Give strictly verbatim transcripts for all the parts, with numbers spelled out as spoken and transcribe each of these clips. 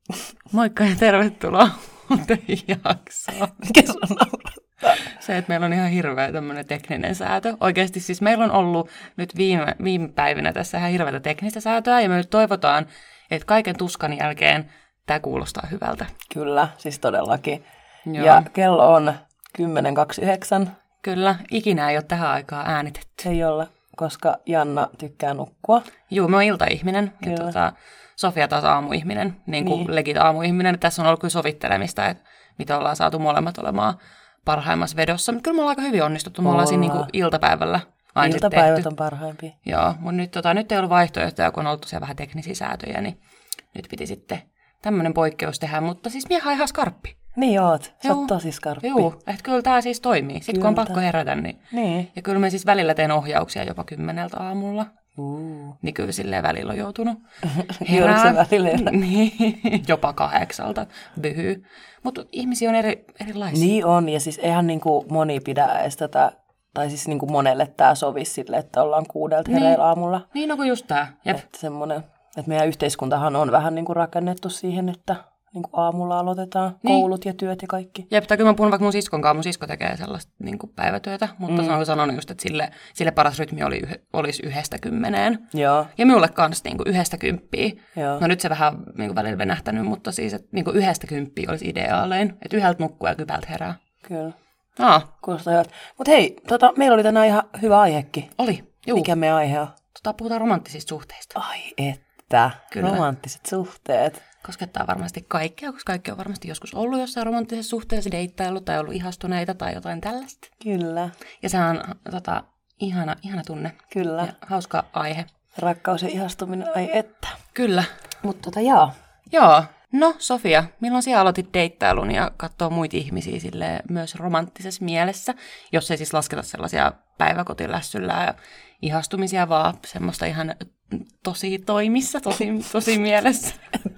Moikka ja tervetuloa uuteen jaksoon. Mikä sun naurattaa? Se, että meillä on ihan hirveä tämmöinen tekninen säätö. Oikeasti siis meillä on ollut nyt viime, viime päivinä tässä ihan hirveätä teknistä säätöä, ja me nyt toivotaan, että kaiken tuskan jälkeen tämä kuulostaa hyvältä. Kyllä, siis todellakin. Joo. Ja kello on kymmenen kaksikymmentäyhdeksän. Kyllä, ikinä ei ole tähän aikaan äänitetty. Ei olla, koska Janna tykkää nukkua. Joo, mä oon iltaihminen ja Kyllä. tota, Sofia taas aamuihminen, niin kuin Niin. legit aamuihminen. Tässä on ollut kyllä sovittelemista, että mitä ollaan saatu molemmat olemaan parhaimmassa vedossa. Mutta kyllä me ollaan aika hyvin onnistuttu. Me ollaan siinä niin kuin iltapäivällä aina sitten Iltapäivät tehty. on parhaimpia. Joo, mutta nyt, tota, nyt ei ollut vaihtoehtoja, kun on ollut tosiaan vähän teknisiä säätöjä, niin nyt piti sitten tämmöinen poikkeus tehdä. Mutta siis miehän on ihan skarppi. Niin oot, sä Joo. oot tosi skarppi. Joo, että kyllä tämä siis toimii. Sitten kun on Kyllä. pakko herätä, niin... Niin. Ja kyllä me siis välillä teen ohjauksia jopa kymmeneltä aamulla. Uh. Niin kyllä silleen välillä on joutunut Joudutko sä välillä herää? Niin, jopa kahdeksalta byhyy. Mutta ihmisiä on eri, erilaisia. Niin on, ja siis eihän niinku moni pidä edes tätä, tai siis niinku monelle tämä sovi sille, että ollaan kuudelta Niin. hereillä aamulla. Niin, no kun just tää. Jep. Että semmoinen, että meidän yhteiskuntahan on vähän niinku rakennettu siihen, että niinku aamulla aloitetaan Niin. koulut ja työt ja kaikki. Jep, tai kyllä mä puhun vaikka mun siskon kanssa. Mun sisko tekee sellaista niin kuin päivätyötä, mutta mm. se on sanonut just, että sille, sille paras rytmi oli, yh, olisi yhdestä kymmeneen. Joo, Ja minulle kanssa niin kuin yhdestä kymppiä. joo. No nyt se vähän niin kuin välillä venähtänyt, mutta siis että niin kuin yhdestä kymppiä olisi ideaalein. Että yhdeltä nukkuu ja kypältä herää. Kyllä. Aa, Kuulostaa hyvältä. Mutta hei, tota, meillä oli tänään ihan hyvä aihekin. oli. Juu. Mikä meidän aihe on? Tota, puhutaan romanttisista suhteista. Ai että, Kyllä. romanttiset suhteet. Koskettaa varmasti kaikkea, koska kaikki on varmasti joskus ollut jossain romanttisessa suhteessa, deittailu tai ollut ihastuneita tai jotain tällaista. Kyllä, Ja se on tota, ihana, ihana tunne kyllä. ja hauska aihe. Rakkaus ja ihastuminen, ai että. Kyllä. Mutta tota jaa. Joo. No Sofia, milloin sinä aloitit deittailun ja katsoa muita ihmisiä silleen myös romanttisessa mielessä, jos ei siis lasketa sellaisia päiväkotilässyllä ja ihastumisia, vaan semmoista ihan tosi toimissa, tosi, tosi mielessä.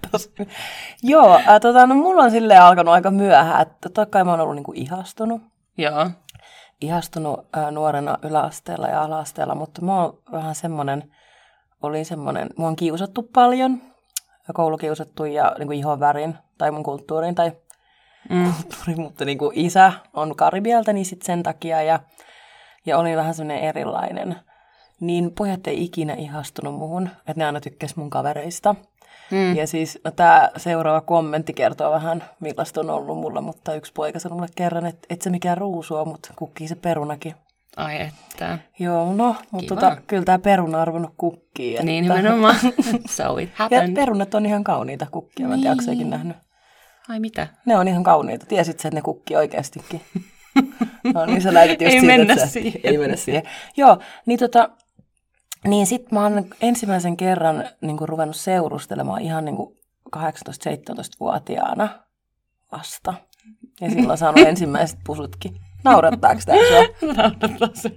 Joo, äh, tota, no mulla on silleen alkanut aika myöhään, että totta kai mä oon ollut niinku ihastunut. Joo. Ihastunut äh, nuorena yläasteella ja ala-asteella, mutta mä oon vähän semmonen, olin semmonen, mua on kiusattu paljon, koulukiusattu ja niinku ihon värin tai mun kulttuurin tai Mm. kulttuuri, mutta niinku isä on Karibialta, niin sit sen takia ja, ja olin vähän semmoinen erilainen. Niin pojat ei ikinä ihastunut muhun, että ne aina tykkäs mun kavereista. Mm. Ja siis no, tämä seuraava kommentti kertoo vähän, millaista on ollut mulla, mutta yksi poika sanoi mulle kerran, että et se mikään ruusu on, mutta kukkii se perunakin. Ai että. Joo, no, mutta Kiva. tota, kyllä tämä peruna on arvonnut kukkii. Että... Niin nimenomaan. So it Ja happened. perunat on ihan kauniita kukkia, mä en tiedä, onko sekin nähnyt. Ai mitä? Ne on ihan kauniita. Tiesit sä, että ne kukkii oikeastikin? No niin, sä näytät just Ei siitä, mennä että sä- siihen. Ei mennä siihen. Joo, niin tota, niin sit mä oon ensimmäisen kerran niin kuin ruvennut seurustelemaan ihan niin kuin kahdeksantoista-seitsemäntoista-vuotiaana vasta. Ja silloin saanut ensimmäiset pusutkin. Naurattaako tää sua? Naurattaa se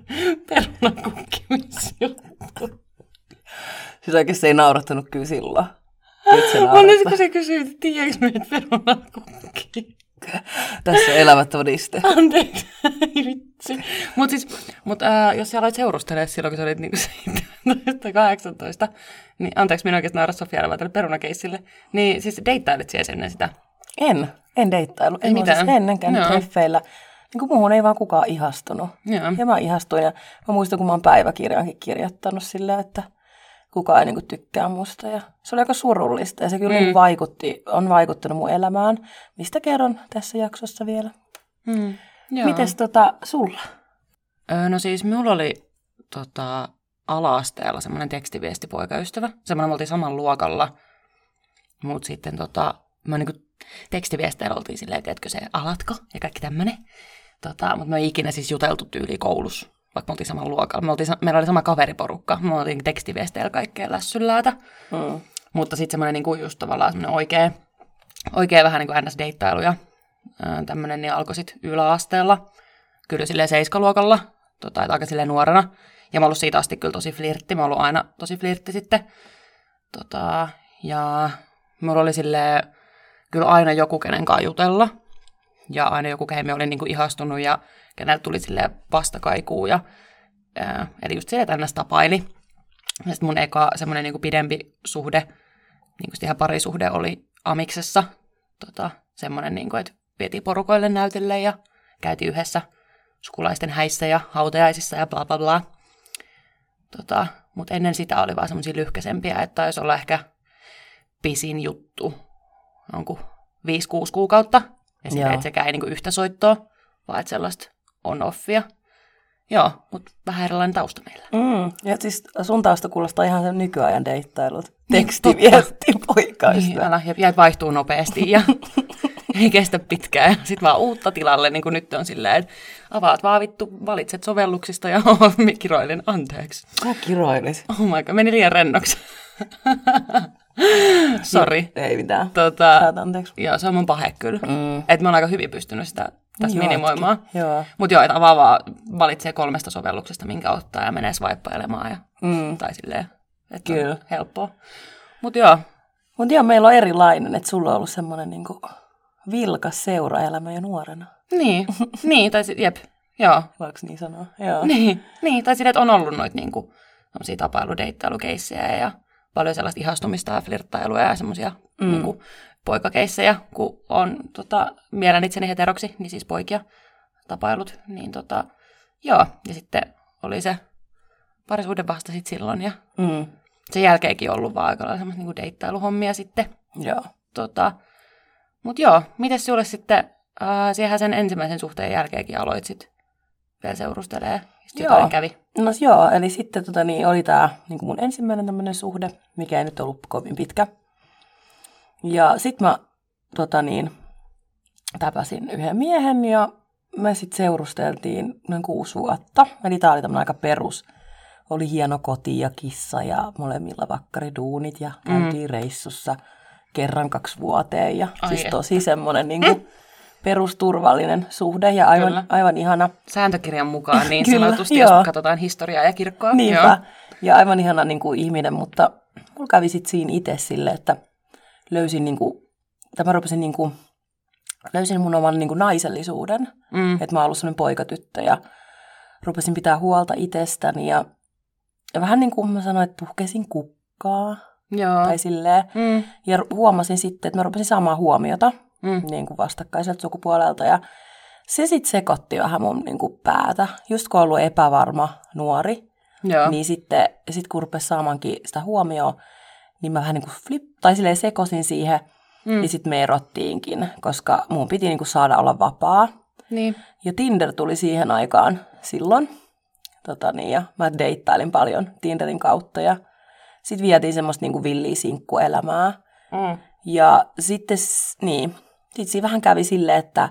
perunakukkimisjuttu. Siis oikeasti ei naurattanut kyllä silloin. Nyt se On nyt naurattaa. kun se kysyy, että tiedätkö meidät perunat kukkii? Tässä on elävä todiste. Anteeksi, ei vitsi. Mutta siis, mut, äh, jos sä aloit seurustelemaan silloin, kun sä olit niinku seitsemäntoista kahdeksantoista, niin anteeksi, minä oikeasti nauraa Sofialle tälle perunakeissille, niin siis deittailit siellä ennen sitä? En, en deittailu. Ei En ole siis mitään. ennenkään Joo. treffeillä. Niin kuin muuhun ei vaan kukaan ihastunut. Joo. Ja mä ihastuin. Ja mä muistan, kun mä oon päiväkirjaankin kirjoittanut sillä, että kukaan ei niin kuin tykkää musta. Ja se oli aika surullista. Ja se kyllä Mm. mm. vaikutti, on vaikuttanut mun elämään. Mistä kerron tässä jaksossa vielä. Mm, joo. Mites tota sulla? Öö, no siis minulla oli tota, ala-asteella semmoinen tekstiviestipoikaystävä. Semmoinen me oltiin saman luokalla. Mutta sitten tota, me niinku tekstiviesteillä oltiin silleen, että tiedätkö se, alatko ja kaikki tämmöinen. Tota, mutta me ei ikinä siis juteltu tyyliin koulussa, vaikka me oltiin saman luokalla. Me oltiin, meillä oli sama kaveriporukka. Me oltiin tekstiviesteillä kaikkea lässyläätä. Mm. Mutta sitten semmoinen niinku just tavallaan semmoinen oikea, oikea vähän niin kuin N S-deittailuja. Tämmöinen niin alkoi sitten yläasteella. Kyllä silleen seiskaluokalla, tota, että aika silleen nuorena. Ja mä oon ollut siitä asti kyllä tosi flirtti. Mä oon ollut aina tosi flirtti sitten. Tota, ja mulla oli silleen kyllä aina joku, kenen kanssa jutella. Ja aina joku, kehen mä olin niinku ihastunut ja keneltä tuli silleen vastakaikuu. Ja, ää, eli just silleen, että ennäs tapaili. Ja sitten mun eka semmoinen niinku pidempi suhde, niinku ihan parisuhde oli amiksessa tota, semmoinen, niin kuin, että vietiin porukoille näytille ja käytiin yhdessä sukulaisten häissä ja hautajaisissa ja bla bla bla. Tota, mutta ennen sitä oli vaan semmoisia lyhkäisempiä, että taisi olla ehkä pisin juttu, onko viisi kuusi kuukautta. Ja sitten, että sekään ei niinku yhtä soittoa, vaan että sellaista on-offia. Joo, mutta vähän erilainen tausta meillä. Mm. Ja siis sun tausta kuulostaa ihan sen nykyajan deittailut. Tekstiviesti poikaista. Niin, älä, ja, ja vaihtuu nopeasti ja ei kestä pitkään. Sitten vaan uutta tilalle, niin kuin nyt on silleen, että avaat vaan vittu, valitset sovelluksista ja kiroilin anteeksi. Mä kiroilis. Oh my god, meni liian rennoksi. Sori. Ei mitään. Tota, Saat anteeksi. Joo, se on mun pahe kyllä. Mm. Että mä oon aika hyvin pystynyt sitä tässä Jootkin. minimoimaan. Joo. Mutta joo, että avaa vaan, valitsee kolmesta sovelluksesta, minkä ottaa ja menee swipeilemaan. Ja, Mm. tai silleen, että Kyllä. on helppoa. Mutta joo. Mutta joo, meillä on erilainen, että sulla on ollut semmoinen niinku vilkas seuraelämä jo nuorena. Niin, niin tai sit, jep, joo. Voiko niin sanoa? Joo. Niin, niin tai silleen, että on ollut noita niinku, tapailu-deittailukeissejä ja paljon sellaista ihastumista ja flirttailua ja semmoisia mm. niinku, poikakeissejä, kun on tota, mielen itseni heteroksi, niin siis poikia tapailut. Niin tota, joo, ja sitten oli se parisuuden vasta sit silloin ja Mm. sen jälkeenkin ollut vaan aika lailla semmoista niinku deittailuhommia sitten. Joo. Tota, mut joo, mites sulle sitten, äh, siihen sen ensimmäisen suhteen jälkeenkin aloit sit vielä seurustelee, sitten jotain kävi? No joo, eli sitten tota, niin, oli tämä niin mun ensimmäinen tämmöinen suhde, mikä ei nyt ollut kovin pitkä. Ja sitten mä tota, niin, tapasin yhden miehen ja me sitten seurusteltiin noin kuusi vuotta. Eli tää oli tämmöinen aika perus. Oli hieno koti ja kissa ja molemmilla vakkariduunit ja käytiin mm. reissussa kerran kaksi vuoteen. Ja Ai siis että. tosi semmoinen niin kuin perusturvallinen suhde ja aivan, aivan ihana. Sääntökirjan mukaan niin Kyllä, sanotusti, joo. jos katsotaan historiaa ja kirkkoa. Niinpä. Joo. Ja aivan ihana niin kuin ihminen, mutta mulla kävi sitten siinä itse silleen, että löysin, niin kuin, tai mä rupesin, niin kuin, löysin mun oman niin kuin naisellisuuden. Mm. Että mä oon ollut sellainen poikatyttö ja rupesin pitää huolta itsestäni ja, ja vähän niin kuin mä sanoin, että puhkesin kukkaa. Joo. Tai silleen. Mm. Ja huomasin sitten, että mä rupesin saamaan huomiota Mm. niin kuin vastakkaiselta sukupuolelta ja se sitten sekoitti vähän mun niin kuin päätä. Just kun on ollut epävarma nuori, Joo. niin sitten sit kun rupesi saamaankin sitä huomioon, niin mä vähän niin kuin flip, tai silleen sekosin siihen, mm. niin sitten me erottiinkin, koska mun piti niin kuin saada olla vapaa. Niin. Ja Tinder tuli siihen aikaan silloin, tota niin, ja mä deittailin paljon Tinderin kautta, ja sitten vietiin semmoista niin kuin villiä sinkkuelämää. Mm. Ja sitten, niin, sit siinä vähän kävi silleen, että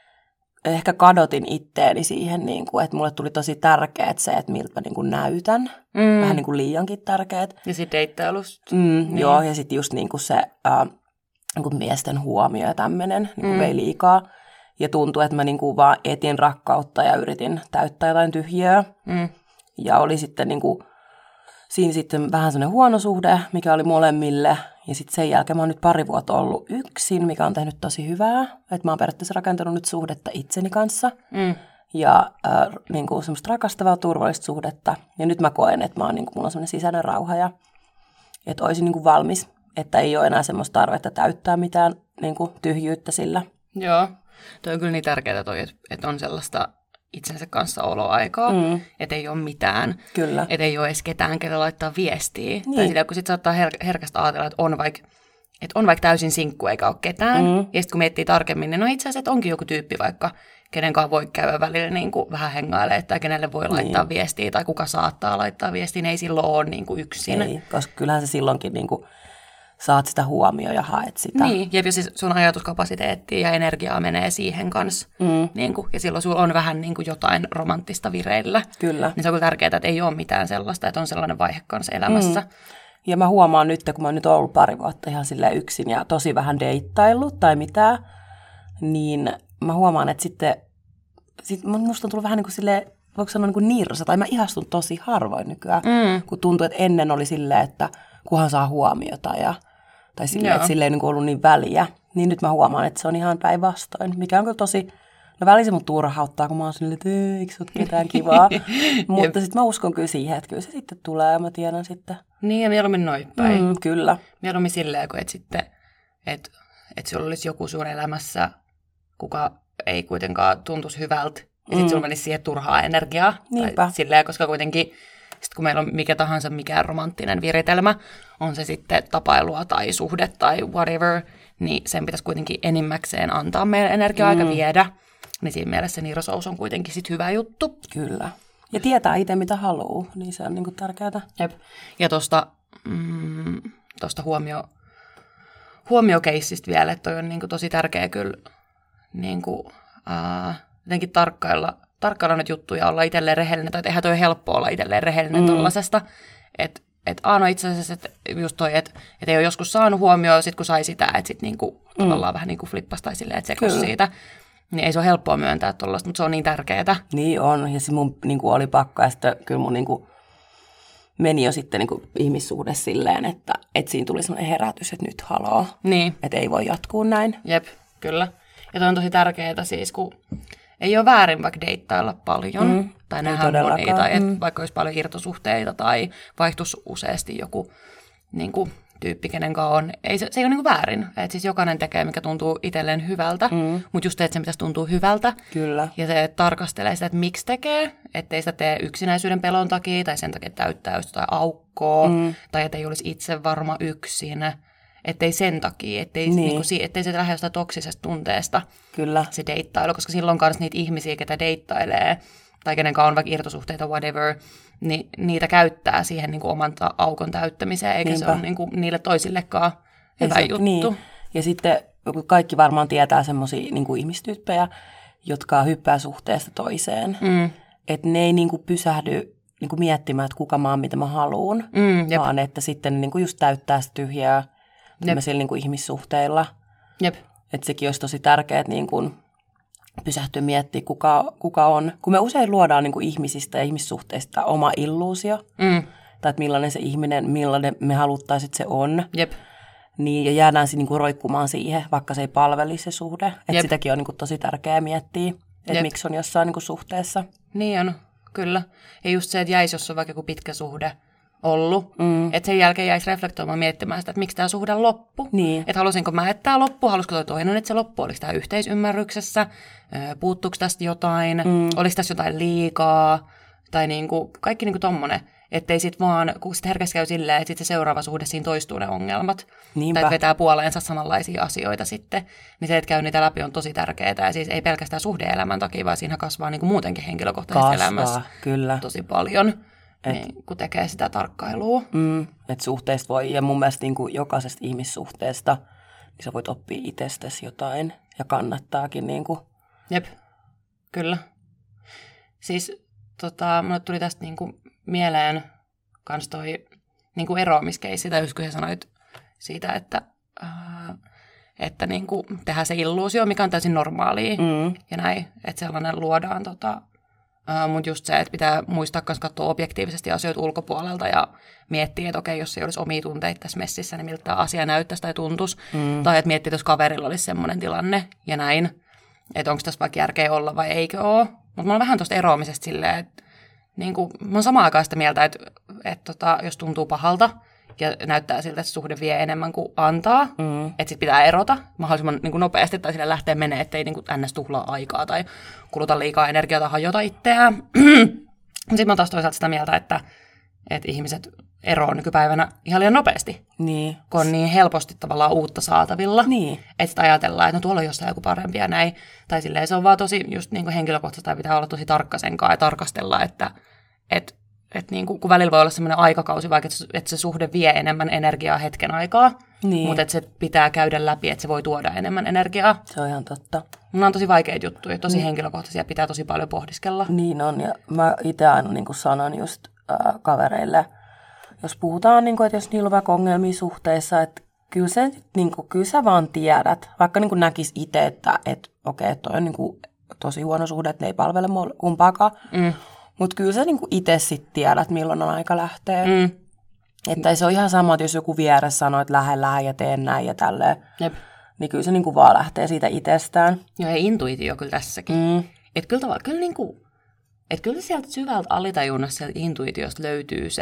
ehkä kadotin itteeni siihen, niin kuin, että mulle tuli tosi tärkeää se, että miltä mä niin kuin näytän. Mm. Vähän niin kuin liiankin tärkeät. Ja sitten deittailusta. Mm, niin. Joo, ja sitten just niin kuin se äh, niin kuin miesten huomio ja tämmöinen niin kuin mm. vei liikaa. Ja tuntui, että mä niin kuin vaan etin rakkautta ja yritin täyttää jotain tyhjiöä. Mm. Ja oli sitten niin kuin, siinä sitten vähän sellainen huono suhde, mikä oli molemmille. Ja sitten sen jälkeen mä oon nyt pari vuotta ollut yksin, mikä on tehnyt tosi hyvää. Että mä oon periaatteessa rakentanut nyt suhdetta itseni kanssa. Mm. Ja äh, niin kuin semmoista rakastavaa, turvallista suhdetta. Ja nyt mä koen, että mä oon, niin kuin, mulla on semmoinen sisäinen rauha ja että olisin niin kuin valmis. Että ei ole enää semmoista tarvetta täyttää mitään niin kuin tyhjyyttä sillä. Joo. Toi on kyllä niin tärkeää toi, että, että on sellaista itsensä kanssa oloaikaa, mm. että ei ole mitään. Kyllä. Että ei ole edes ketään, ketä laittaa viestiä. Niin. Tai sitä, kun sitten saattaa her- herkästä ajatella, että on vaikka että on vaikka täysin sinkku eikä ole ketään. Mm. Ja sitten kun miettii tarkemmin, niin no itse asiassa, että onkin joku tyyppi vaikka, kenen kanssa voi käydä välillä niin kuin vähän hengailemaan, tai kenelle voi laittaa niin. viestiä, tai kuka saattaa laittaa viestiä, niin ei silloin ole niin kuin yksin. Ei, koska kyllähän se silloinkin niin kuin saat sitä huomioon ja haet sitä. Niin, ja siis sun ajatuskapasiteettia ja energiaa menee siihen kanssa. Mm. Niin kuin, ja silloin sulla on vähän niin kuin jotain romanttista vireillä. Kyllä. Niin se on kyllä tärkeää, että ei ole mitään sellaista, että on sellainen vaihe kanssa elämässä. Mm. Ja mä huomaan nyt, kun mä oon nyt ollut pari vuotta ihan silleen yksin ja tosi vähän deittaillut tai mitään, niin mä huomaan, että sitten sit musta on tullut vähän niin kuin silleen, voiko sanoa niin kuin nirsa, tai mä ihastun tosi harvoin nykyään, mm. kun tuntuu, että ennen oli silleen, että kunhan saa huomiota ja tai silleen, että sille ei niin kuin ollut niin väliä. Niin nyt mä huomaan, että se on ihan päinvastoin, mikä on kyllä tosi, no välisin mun turhauttaa, kun mä oon silleen, että eikö sut ketään kivaa. Mutta sitten mä uskon kyllä siihen, että kyllä se sitten tulee ja mä tiedän sitten. Niin ja mieluummin noin päin. Mm, kyllä. Mieluummin silleen, kun et sitten, että et sulla olisi joku sun elämässä, kuka ei kuitenkaan tuntuisi hyvältä. Ja sitten mm. sulla menisi siihen turhaa energiaa. Tai silleen, koska kuitenkin, sit kun meillä on mikä tahansa mikään romanttinen viritelmä, on se sitten tapailua tai suhde tai whatever, niin sen pitäisi kuitenkin enimmäkseen antaa meidän energiaa-aika mm. viedä. Niin siinä mielessä Nirosous on kuitenkin sit hyvä juttu. Kyllä. Ja tietää itse, mitä haluaa, niin se on niinku tärkeää. Jep. Ja tuosta mm, huomio, huomiokeissistä vielä, että toi on niinku tosi tärkeä kyllä niinku, äh, jotenkin tarkkailla, tarkkailla nyt juttuja, olla itselleen rehellinen, tai eihän toi helppo olla itselleen rehellinen mm. tollasesta. Että et aina itse asiassa, että just toi, että et ei ole joskus saanut huomioon, sit kun sai sitä, että sit niinku, mm. tavallaan vähän niinku flippasi tai silleen, että sekos siitä. Niin ei se ole helppoa myöntää tuollaista, mutta se on niin tärkeää. Niin on, ja se mun niin kuin oli pakko, ja sitten kyllä mun niin kuin, meni jo sitten niin kuin, ihmissuhde silleen, että, että siinä tuli sellainen herätys, että nyt haloo. Niin. Että ei voi jatkuu näin. Jep, kyllä. Ja toi on tosi tärkeää siis, kun ei ole väärin vaikka deittailla paljon, mm, tai nähdä monia, tai mm. vaikka olisi paljon irtosuhteita, tai vaihtuisi useasti joku niin kuin, tyyppi, kenen kanssa on. Ei, se, se ei ole niin kuin väärin. Et siis jokainen tekee, mikä tuntuu itselleen hyvältä, mm. mutta just se, että sen pitäisi tuntua hyvältä. Kyllä. Ja se tarkastelee sitä, että miksi tekee, ettei sitä tee yksinäisyyden pelon takia, tai sen takia, että täyttää just jotain aukkoa, mm. tai ettei olisi itse varma yksin, ettei sen takia, ettei, niin. Niin kuin, ettei se lähde jostain toksisesta tunteesta. Kyllä. Se deittailu, koska silloin kanssa niitä ihmisiä, ketä deittailee, tai kenen kanssa on vaikka irtosuhteita, whatever, niin niitä käyttää siihen niin kuin oman ta- aukon täyttämiseen, eikä Niinpä. Se ole niin kuin niille toisillekaan hyvä se, juttu. Niin. Ja sitten kaikki varmaan tietää semmoisia niin kuin ihmistyyppejä, jotka hyppää suhteesta toiseen. Mm. Että ne ei niin kuin pysähdy niin kuin miettimään, että kuka mä oon, mitä mä haluun, mm, vaan että sitten niin kuin just täyttää sitä tyhjää tämmöisillä niin kuin ihmissuhteilla. Jep. Että sekin olisi tosi tärkeää, että niin kuin pysähtyä miettimään, kuka, kuka on. Kun me usein luodaan niin kuin ihmisistä ja ihmissuhteista oma illuusio, mm. tai että millainen se ihminen, millainen me haluttaisiin, että se on. Jep. Niin, ja jäädään niin kuin roikkumaan siihen, vaikka se ei palvelisi se suhde. Että sitäkin on niin kuin tosi tärkeää miettiä, että Jep. miksi on jossain niin kuin suhteessa. Niin on, kyllä. Ja just se, että jäisi, jos on vaikka joku pitkä suhde ollut, mm. että sen jälkeen jäisi reflektoimaan miettimään sitä, että miksi tämä suhde loppu. Niin. Että halusinko mä, että tämä loppu, halusiko toi toinen, että se loppu, oliko tämä yhteisymmärryksessä, puuttuuko tästä jotain, mm. oliko tässä jotain liikaa, tai niinku, kaikki niinku tommonen. Että ei sit vaan, kun sit herkästi käy silleen, että sit se seuraava suhde siinä toistuu ne ongelmat. Niinpä. Tai vetää puoleensa samanlaisia asioita sitten. Niin se, että käy niitä läpi on tosi tärkeää. Ja siis ei pelkästään suhde-elämän takia, vaan siinä kasvaa niinku muutenkin henkilökohtaisessa kasvaa, elämässä kyllä. tosi paljon. Et, niin, kun tekee sitä tarkkailua. Mm, että suhteista voi, ja mun mielestä niin kuin jokaisesta ihmissuhteesta, niin sä voit oppia itsestäsi jotain, ja kannattaakin. Niin kuin. Jep, kyllä. Siis tota, mulle tuli tästä niin kuin mieleen kans toi niin kuin eroamiskeissi, tai just kun sä sanoit siitä, että, äh, että niin kuin tehdään se illuusio, mikä on täysin normaalia, mm. ja näin, että sellainen luodaan tota, Uh, mutta just se, että pitää muistaa myös katsoa objektiivisesti asioita ulkopuolelta ja miettiä, että okei, jos ei olisi omia tunteita tässä messissä, niin miltä tämä asia näyttäisi tai tuntuisi. Mm. Tai että miettiä, että jos kaverilla olisi semmoinen tilanne ja näin, että onko tässä vaikka järkeä olla vai eikö ole. Mutta mä oon vähän tuosta eroamisesta silleen, että niin kuin, mä oon samaan aikaan sitä mieltä, että, että tota, jos tuntuu pahalta ja näyttää siltä, että suhde vie enemmän kuin antaa, mm. että sitten pitää erota mahdollisimman niin kuin nopeasti tai sille lähteä menee, ettei niin kuin ns. Tuhlaa aikaa tai kuluta liikaa energiaa tai hajota itseään. Sitten mä oon taas toisaalta sitä mieltä, että, että ihmiset eroaa nykypäivänä ihan liian nopeasti, niin. kun on niin helposti tavallaan uutta saatavilla, niin. että sitten ajatellaan, että no tuolla on jossain joku parempi ja näin. Tai silleen se on vaan tosi just niin kuin henkilökohtaisesti, tai pitää olla tosi tarkkasenkaan ja tarkastella, että, että Että niin kun välillä voi olla sellainen aikakausi, vaikka että se suhde vie enemmän energiaa hetken aikaa, niin. mutta että se pitää käydä läpi, että se voi tuoda enemmän energiaa. Se on ihan totta. Nämä on tosi vaikeita juttuja, tosi niin. henkilökohtaisia, pitää tosi paljon pohdiskella. Niin on, ja mä itse aina niin kuin sanon just äh, kavereille, jos puhutaan, niin kuin, että jos niillä on vaikka ongelmia suhteissa, että kyllä, se, niin kuin, kyllä sä vaan tiedät, vaikka niin kuin näkisi itse, että, että okei, toi on niin kuin, tosi huono suhde, että ne ei palvele kumpaakaan. Mm. Mutta kyllä sä niinku itse sitten tiedät, milloin on aika lähteä. Mm. Että se on ihan sama, että jos joku vieressä sanoo, että lähde, lähde ja teen näin ja tälleen. Jep. Niin kyllä se niinku vaan lähtee siitä itsestään. Joo, ja intuitio kyllä tässäkin. Mm. Että kyllä, kyllä, niinku, et kyllä sieltä syvältä alitajunnasta, sieltä intuitiosta löytyy se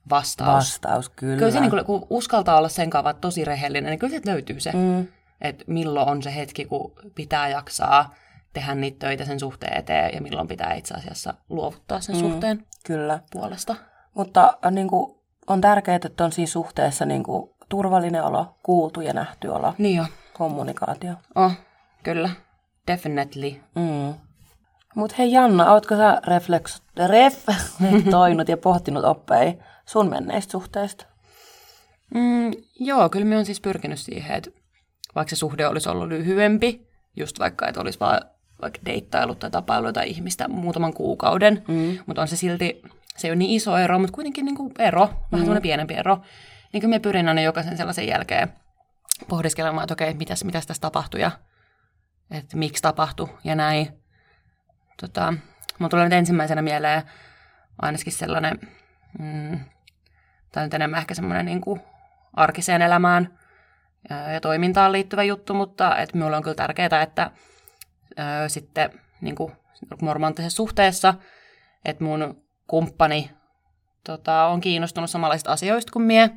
vastaus. Vastaus, kyllä. Kyllä se, niin kun, kun uskaltaa olla sen kanssa tosi rehellinen, niin kyllä sieltä löytyy se, mm. että milloin on se hetki, kun pitää jaksaa tehdä niitä töitä sen suhteen eteen ja milloin pitää itse asiassa luovuttaa sen mm. suhteen kyllä. puolesta. Mutta niin kuin, on tärkeää, että on siinä suhteessa niin kuin, turvallinen olo, kuultu ja nähty olo, niin jo. Kommunikaatio. Oh, kyllä. Definitely. Mm. Mutta hei Janna, ootko sä refleks- reflektoinut ja pohtinut oppeja sun menneistä suhteista? Mm, joo, kyllä mä oon siis pyrkinyt siihen, että vaikka se suhde olisi ollut lyhyempi, just vaikka, että olisi vaan vaikka deittailut tai tapailu tai ihmistä muutaman kuukauden, mm. mutta on se silti, se ei ole niin iso ero, mutta kuitenkin niin kuin ero, vähän mm. sellainen pienempi ero. Niin kyllä mä pyrin aina jokaisen sellaisen jälkeen pohdiskelemaan, että okei, mitäs, mitäs tässä tapahtui ja että miksi tapahtui ja näin. Tota, mulla tulee nyt ensimmäisenä mieleen ainakin sellainen, mm, tai nyt enemmän ehkä semmoinen niin kuin arkiseen elämään ja toimintaan liittyvä juttu, mutta että minulle on kyllä tärkeää, että ää, sitten niin kuin romanttisessa suhteessa, että mun kumppani tota, on kiinnostunut samanlaisista asioista kuin mie,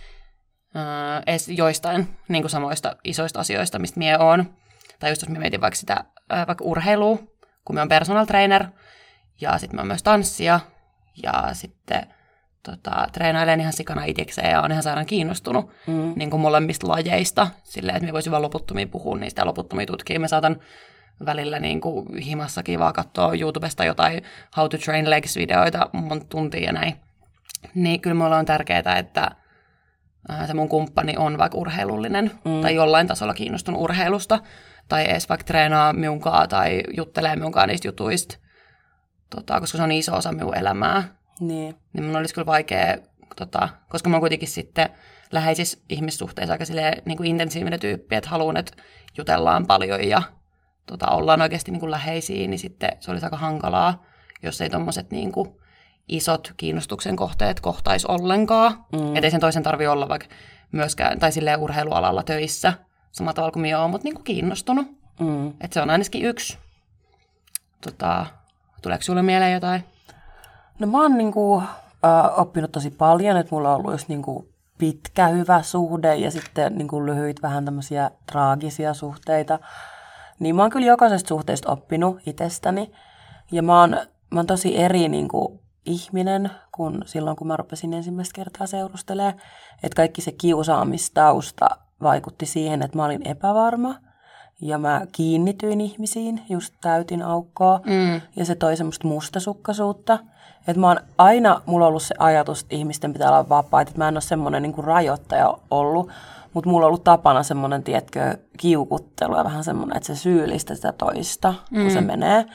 ää, edes joistain niin kuin samoista isoista asioista, mistä mie on. Tai just jos mä mietin vaikka sitä ää, vaikka urheilua, kun mä oon personal trainer, ja sitten mä oon myös tanssia, ja sitten tota, treenailen ihan sikana itsekseen, ja on ihan sairaan kiinnostunut mm. niin kuin molemmista lajeista, silleen, että mä voisin vaan loputtomia puhua niistä ja loputtomia tutkia. Mä saatan välillä niin kuin himassakin vaan katsoa YouTubesta jotain How to Train Legs-videoita monta tuntia ja näin. Niin kyllä mulla on tärkeää, että ää, se mun kumppani on vaikka urheilullinen, mm. tai jollain tasolla kiinnostunut urheilusta, tai edes vaikka treenaa minunkaan tai juttelee minunkaan niistä jutuista, tota, koska se on iso osa minun elämää. Niin. Niin mun olisi kyllä vaikea, tota, koska mä oon kuitenkin sitten läheisissä ihmissuhteissa aika silleen, niin kuin intensiivinen tyyppi, että haluan, että jutellaan paljon ja tota, ollaan oikeasti niin kuin läheisiä, niin sitten se olisi aika hankalaa, jos ei tommoset niin kuin isot kiinnostuksen kohteet kohtaisi ollenkaan. Mm. Että ei sen toisen tarvitse olla vaikka myöskään, tai silleen urheilualalla töissä, samalla tavalla kuin minä olen, mutta niin kuin kiinnostunut. Mm. Että se on ainakin yksi. Tota, tuleeko sinulle mieleen jotain? No mä oon niinku, äh, oppinut tosi paljon, että mulla on ollut just niinku pitkä, hyvä suhde ja sitten niinku lyhyitä vähän tämmöisiä traagisia suhteita. Niin mä oon kyllä jokaisesta suhteesta oppinut itsestäni. Ja mä oon, mä oon tosi eri niinku ihminen kuin silloin, kun mä rupesin ensimmäistä kertaa seurustelemaan. Että kaikki se kiusaamistausta vaikutti siihen, että mä olin epävarma. Ja mä kiinnityin ihmisiin, just täytin aukkoa. Mm. Ja se toi semmoista mustasukkaisuutta. Että mä oon aina, mulla on ollut se ajatus, että ihmisten pitää olla vapaita. Että mä en ole semmoinen niin kuin rajoittaja ollut. Mutta mulla on ollut tapana semmoinen, tiedätkö, kiukuttelu ja vähän semmoinen, että se syyllistä sitä toista, mm. kun se menee.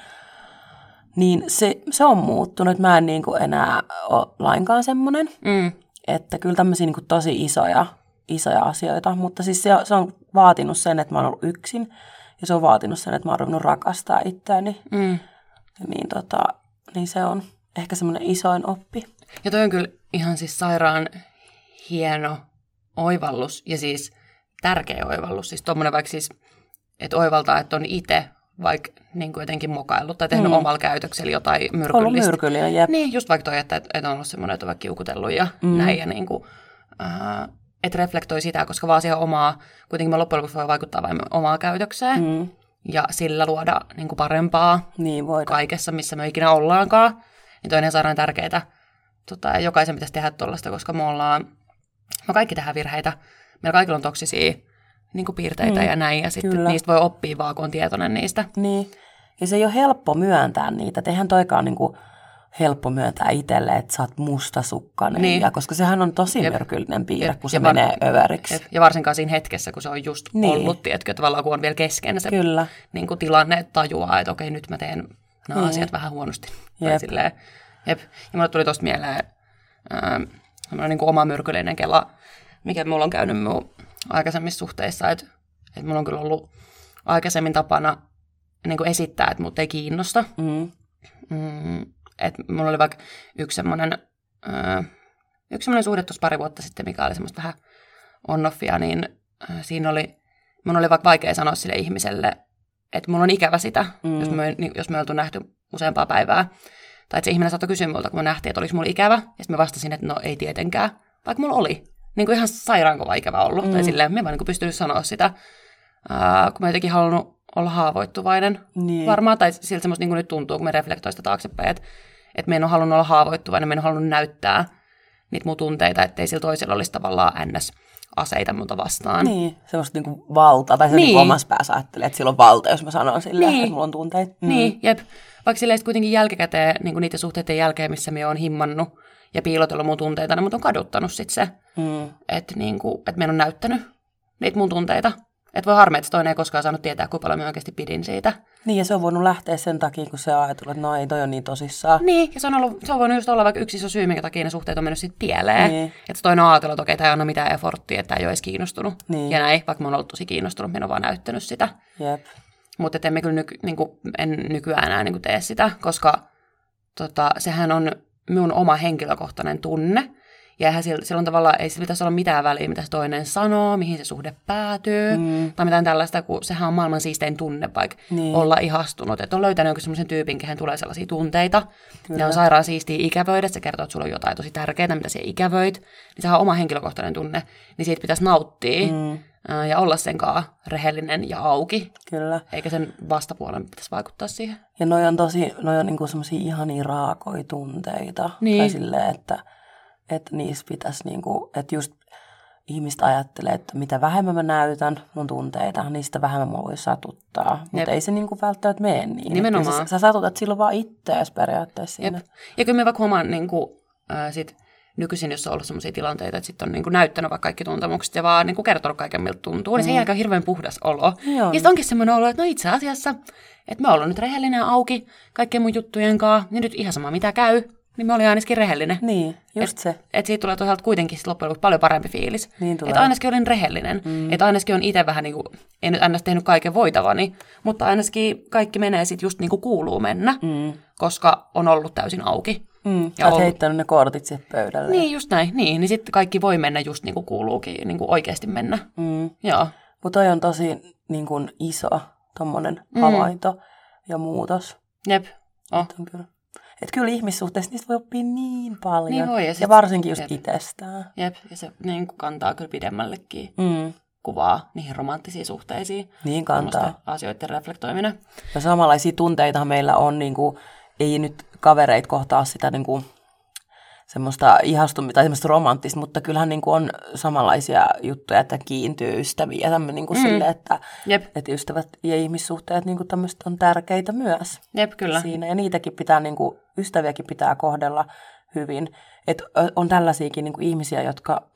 Niin se, se on muuttunut, että mä en niin kuin enää ole lainkaan semmoinen. Mm. Että kyllä tämmöisiä niin kuin tosi isoja, isoja asioita. Mutta siis se, se on vaatinut sen, että mä oon ollut yksin. Ja se on vaatinut sen, että mä oon ruvennut rakastaa itseäni. Mm. Niin, tota, niin se on ehkä semmoinen isoin oppi. Ja toi on kyllä ihan siis sairaan hieno oivallus ja siis tärkeä oivallus. Siis tuommoinen vaikka siis, että oivaltaa, että on itse vaikka niin kuin jotenkin mokaillut tai tehnyt mm. omalla käytöksellä jotain myrkyllistä. Ollut myrkyllinen, jep. Niin, just vaikka toi, että, että on ollut semmoinen, että on vaikka kiukutellut ja mm. näin ja niin kuin, äh, että reflektoi sitä, koska vaan siihen omaa, kuitenkin mä loppujen lopuksi voi vaikuttaa vain omaa käytökseen mm. ja sillä luoda niin kuin parempaa niin, kaikessa, missä me ikinä ollaankaan. Niin toi on ihan sairaan tärkeää. Tota, ja jokaisen pitäisi tehdä tuollaista, koska me ollaan, me kaikki tehdään virheitä. Meillä kaikilla on toksisia niin kuin piirteitä mm, ja näin, ja sitten niistä voi oppia vaan, kun on tietoinen niistä. Niin, ja se ei ole helppo myöntää niitä. Eihän toikaan niin kuin helppo myöntää itselle, että sä oot mustasukkainen, niin. ja koska sehän on tosi jep. myrkyllinen piirre, jep. kun se var- menee överiksi. Jep. Ja varsinkaan siinä hetkessä, kun se on just niin. ollut, tiedätkö, tavallaan kun on vielä kesken se niin kuin tilanne, että tajuaa, että okei, nyt mä teen nämä niin. asiat vähän huonosti. Jep. Silleen, jep. Ja mulle tuli tosta mieleen ää, niin kuin oma myrkyllinen kela, mikä mulla on käynyt mun aikaisemmissa suhteissa, että, että mulla on kyllä ollut aikaisemmin tapana niin kuin esittää, että mut ei kiinnosta. Mm. Mm, että mulla oli vaikka yksi semmoinen, äh, yksi semmoinen suhde tuossa pari vuotta sitten, mikä oli semmoista vähän on-offia, niin äh, siinä oli, mun oli vaikka vaikea sanoa sille ihmiselle, että mulla on ikävä sitä, mm. jos, me, jos me oltu nähty useampaa päivää. Tai että se ihminen saattoi kysyä multa, kun me nähtiin, että oliko mulla ikävä. Ja sitten mä vastasin, että no ei tietenkään. Vaikka mulla oli. Niin kuin ihan sairaan kova ikävä ollut. Mm. Tai silleen, mä en vaan niin pystynyt sanoa sitä. Ää, kun mä jotenkin halunnut olla haavoittuvainen. Niin. Varmaan, tai siltä semmoista niin kuin nyt tuntuu, kun me reflektoi sitä taaksepäin, että, että mä en ole halunnut olla haavoittuvainen, mä en ole halunnut näyttää niitä mun tunteita, ettei sillä toisella olisi tavallaan ns. Aseita multa vastaan. Niin, semmoista niinku valtaa, tai se niin. Niinku omassa päässä ajattelee, että sillä on valta, jos mä sanon silleen, niin. Että mulla on tunteita. Mm. Niin, jep. Vaikka silleen kuitenkin jälkikäteen, niin niiden suhteiden jälkeen, missä mä oon himmannut ja piilotellut mun tunteita, niin mut on kaduttanut sit se, mm. että niinku, et mä en ole näyttänyt niitä mun tunteita. Että voi harmia, että toinen ei koskaan saanut tietää, kuinka paljon mä oikeasti pidin siitä. Niin, ja se on voinut lähteä sen takia, kun se ajatellut, että no ei, toi on niin tosissaan. Niin, ja se on, ollut, se on voinut just olla vaikka yksi iso syy, minkä takia ne suhteet on mennyt sitten pieleen. Niin. Että toinen on ajatellut, että okei, tämä ei anna mitään efforttia, että tämä ei ole edes kiinnostunut. Niin. Ja näin, vaikka mä oon ollut tosi kiinnostunut, mä en ole vaan näyttänyt sitä. Jep. Mutta emme kyllä nyky, niin kuin, en nykyään enää niin kuin tee sitä, koska tota, sehän on minun oma henkilökohtainen tunne. Ja eihän sillä, silloin tavallaan ei sillä pitäisi olla mitään väliä, mitä se toinen sanoo, mihin se suhde päätyy, mm. tai mitään tällaista, kun sehän on maailman siistein tunne, vaikka niin. Olla ihastunut. Että on löytänyt jonkun semmoisen tyypin, kehen tulee sellaisia tunteita, Kyllä. ja on sairaan siistiä ikävöidä, että se kertoo, että sulla on jotain tosi tärkeää, mitä sä ikävöit, niin sehän on oma henkilökohtainen tunne, niin siitä pitäisi nauttia mm. ja olla sen kanssa rehellinen ja auki. Kyllä. Eikä sen vastapuolen pitäisi vaikuttaa siihen. Ja noi on tosi, noi on niinku semmoisia ihania raakoja tunteita, niin. Tai silleen, että että niissä pitäisi, niinku, että just ihmiset ajattelee, että mitä vähemmän mä näytän mun tunteita, niin sitä vähemmän mä voi satuttaa. Mutta ei se niinku välttämättä mene niin. Nimenomaan. Sä, sä satutat silloin vaan itseäsi periaatteessa siinä. Jep. Ja kyllä mä vaikka huomaan niinku, äh, sit nykyisin, jos on ollut sellaisia tilanteita, että sitten on niinku näyttänyt vaikka kaikki tuntemukset ja vaan niinku kertonut kaiken, miltä tuntuu, niin mm. sen jälkeen on hirveän puhdas olo. Joo. Ja sitten onkin semmoinen olo, että no itse asiassa, että mä oon nyt rehellinen auki kaikkien mun juttujen kanssa, niin nyt ihan sama mitä käy. Niin mä olin ainakin rehellinen. Niin, just et, se. Että siitä tulee toisaalta kuitenkin loppujen lopuksi paljon parempi fiilis. Niin tulee. Että ainakin olin rehellinen. Mm. Että ainakin on itse vähän niin kuin, en nyt aina tehnyt kaiken voitavani, mutta ainakin kaikki menee sitten just niin kuin kuuluu mennä, mm. koska on ollut täysin auki. Mm. Ja olet ollut... heittänyt ne kortit siihen pöydälle. Niin, just näin. Niin, niin sitten kaikki voi mennä just niin kuin kuuluukin, niin kuin oikeasti mennä. Mm. Joo. Mutta toi on tosi niin kuin iso tommonen mm. havainto ja muutos. Jep. Oh. Että kyllä ihmissuhteissa niistä voi oppia niin paljon. Niin voi, ja, ja varsinkin just jep. itsestään. Jep, ja se niin kantaa kyllä pidemmällekin mm. kuvaa niihin romanttisiin suhteisiin. Niin kantaa. Asioiden reflektoiminen. Ja samanlaisia tunteita meillä on, niin kuin, ei nyt kavereit kohtaa sitä niin kuin, semmoista ihastumista tai semmoista romanttista, mutta kyllähän niin kuin on samanlaisia juttuja, että kiintyy ystäviä ja niin kuin mm. sille, että, että ystävät ja ihmissuhteet niin kuin tämmöiset on tärkeitä myös. Jep, kyllä. Siinä. Ja niitäkin pitää, niin kuin, ystäviäkin pitää kohdella hyvin. Että on tällaisiakin niin kuin ihmisiä, jotka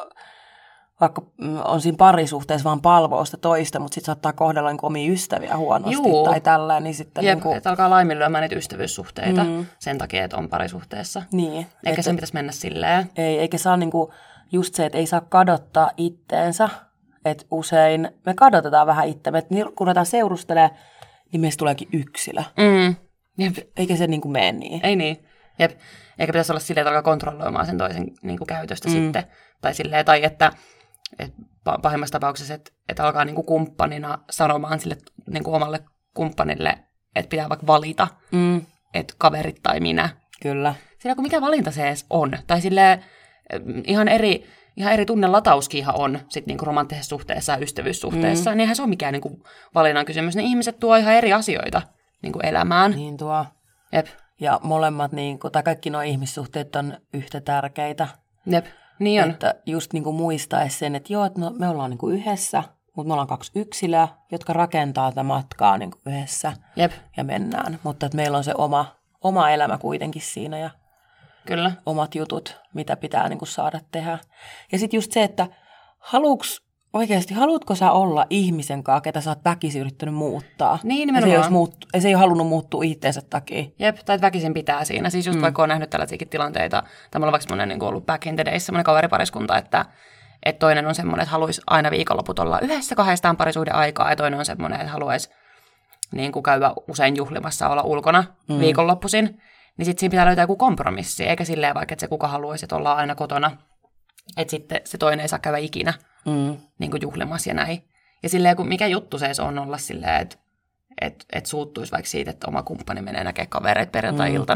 vaikka on siinä parisuhteessa vaan palvoo sitä toista, mutta sitten saattaa kohdella niin omia ystäviä huonosti Juu. tai tällainen. Niin sitten Jep, niin kuin... että alkaa laiminlyömään niitä ystävyyssuhteita mm. sen takia, että on parisuhteessa. Niin. Eikä että... sen pitäisi mennä silleen. Ei, eikä saa niin kuin just se, että ei saa kadottaa itteensä. Että usein me kadotetaan vähän itseämme. Että kun ruvetaan seurustelemaan, niin meistä tuleekin yksilö. Mm. Jep. Eikä se niin kuin mene niin. Ei niin. Jep. Eikä pitäisi olla silleen, että alkaa kontrolloimaan sen toisen niin kuin käytöstä mm. sitten. Tai silleen, tai että et pahimmassa tapauksessa, että et alkaa niinku kumppanina sanomaan sille niinku omalle kumppanille, että pitää vaikka valita, mm. että kaverit tai minä. Kyllä. Sillä kun mikä valinta se edes on. Tai silleen ihan eri, ihan eri tunnelatauskinhan on sit niinku romanttisessa suhteessa ja ystävyyssuhteessa. Mm. Niin eihän se ole mikään niinku valinnan kysymys. Ne ihmiset tuo ihan eri asioita niinku elämään. Niin tuo. Jep. Ja molemmat, niinku, tai kaikki nuo ihmissuhteet on yhtä tärkeitä. Jep. Niin on. Että just niin kuin muistaisi sen, että joo, että no, me ollaan niin kuin yhdessä, mutta me ollaan kaksi yksilöä, jotka rakentaa tätä matkaa niin kuin yhdessä Jep. ja mennään. Mutta että meillä on se oma, oma elämä kuitenkin siinä ja Kyllä. omat jutut, mitä pitää niin kuin saada tehdä. Ja sitten just se, että haluuks, oikeasti, haluatko sä olla ihmisen kanssa, ketä sä oot väkisin yrittänyt muuttaa? Niin, nimenomaan. Se ei, muuttu, se ei ole halunnut muuttua itteensä takia. Jep, tai väkisin pitää siinä. Siis just mm. vaikka on nähnyt tällaisiakin tilanteita, tai mulla on vaikka semmoinen niin ollut back in the days, semmoinen kaveripariskunta, että, että toinen on semmoinen, että haluaisi aina viikonloput olla yhdessä kahdestaan parisuuden aikaa, ja toinen on semmoinen, että haluaisi niin kuin käydä usein juhlimassa, olla ulkona mm. viikonloppuisin. Niin sitten siinä pitää löytää joku kompromissi, eikä silleen vaikka, että se kuka haluaisi, että ollaan aina kotona, että sitten se toinen ei saa käydä ikinä. Mm. Niin kuin juhlimassa ja näin. Ja silleen, kun mikä juttu se on olla silleen, että et, et suuttuisi vaikka siitä, että oma kumppani menee näkemään kavereita perjantai-iltana. Mm.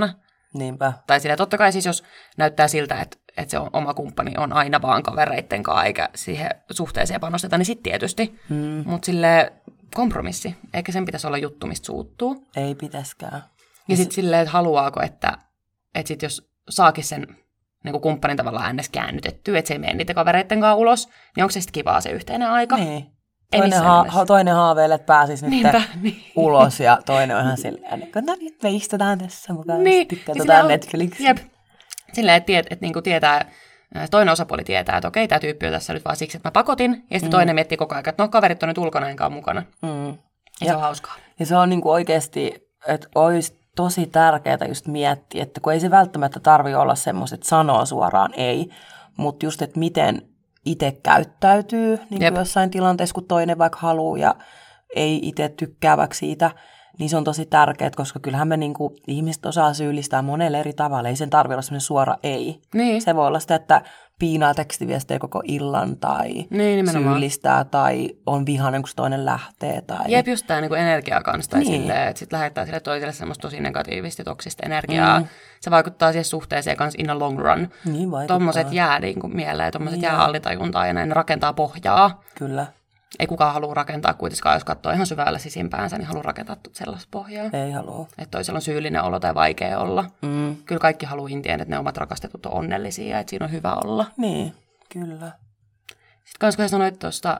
Niinpä. Tai silleen, totta kai siis jos näyttää siltä, että, että se on, oma kumppani on aina vaan kavereitten kanssa, eikä siihen suhteeseen panosteta, niin sitten tietysti. Hmm. Mutta silleen kompromissi. Eikä sen pitäisi olla juttu, mistä suuttuu. Ei pitäskään. Ja sitten silleen, että haluaako, että, että sit jos saakin sen niin kuin kumppanin tavallaan äänes käännytettyä, että se ei mene niiden kavereitten kanssa ulos, niin onko se sitten kivaa se yhteinen aika? Niin. Toinen, ha- toinen haaveilee, että pääsisi nyt Niinpä, niin. ulos ja toinen on ihan silleen, että no nyt me istutaan tässä mukaan, niin. katsotaan Netflixiä. Jep. Silleen, että, tiet, että niinku tietää, toinen osapuoli tietää, että okei, tämä tyyppi on tässä nyt vaan siksi, että mä pakotin, ja sitten mm. toinen miettii koko ajan, että no kaverit on nyt ulkona enkaan mukana. Mm. Ja, ja se on hauskaa. Ja se on niinku oikeasti, että olisi tosi tärkeää just miettiä, että kun ei se välttämättä tarvitse olla semmoiset, että sanoo suoraan ei, mutta just, että miten itse käyttäytyy niin kuin jossain tilanteessa, kun toinen vaikka haluaa ja ei itse tykkääväksi siitä, niin se on tosi tärkeää, koska kyllähän me niin kuin, ihmiset osaa syyllistää monelle eri tavalla. Ei sen tarvitse olla semmoinen suora ei. Niin. Se voi olla sitä, että piinaa tekstiviestejä koko illan tai niin, syyllistää tai on vihainen, kun toinen lähtee. Tai... Jep, just tämä niin energiaa kanssa. Niin. Silleen, että sitten lähettää sille toiselle semmoista tosi negatiivista toksista energiaa. Mm. Se vaikuttaa siihen suhteeseen kanssa in a long run. Niin vaikuttaa. Tuommoiset jää niin kuin mieleen, tuommoiset niin jää alitajuntaa ja näin rakentaa pohjaa. Kyllä. Ei kukaan halua rakentaa kuitenkaan, jos katsoo ihan syvällä sisimpäänsä, niin haluaa rakentaa sellaista pohjaa. Ei halua. Että toisella on syyllinen olo tai vaikea olla. Mm. Kyllä kaikki haluaa intien, että ne omat rakastetut on onnellisia ja että siinä on hyvä olla. Niin, kyllä. Sitten kans kun sanoit tuosta,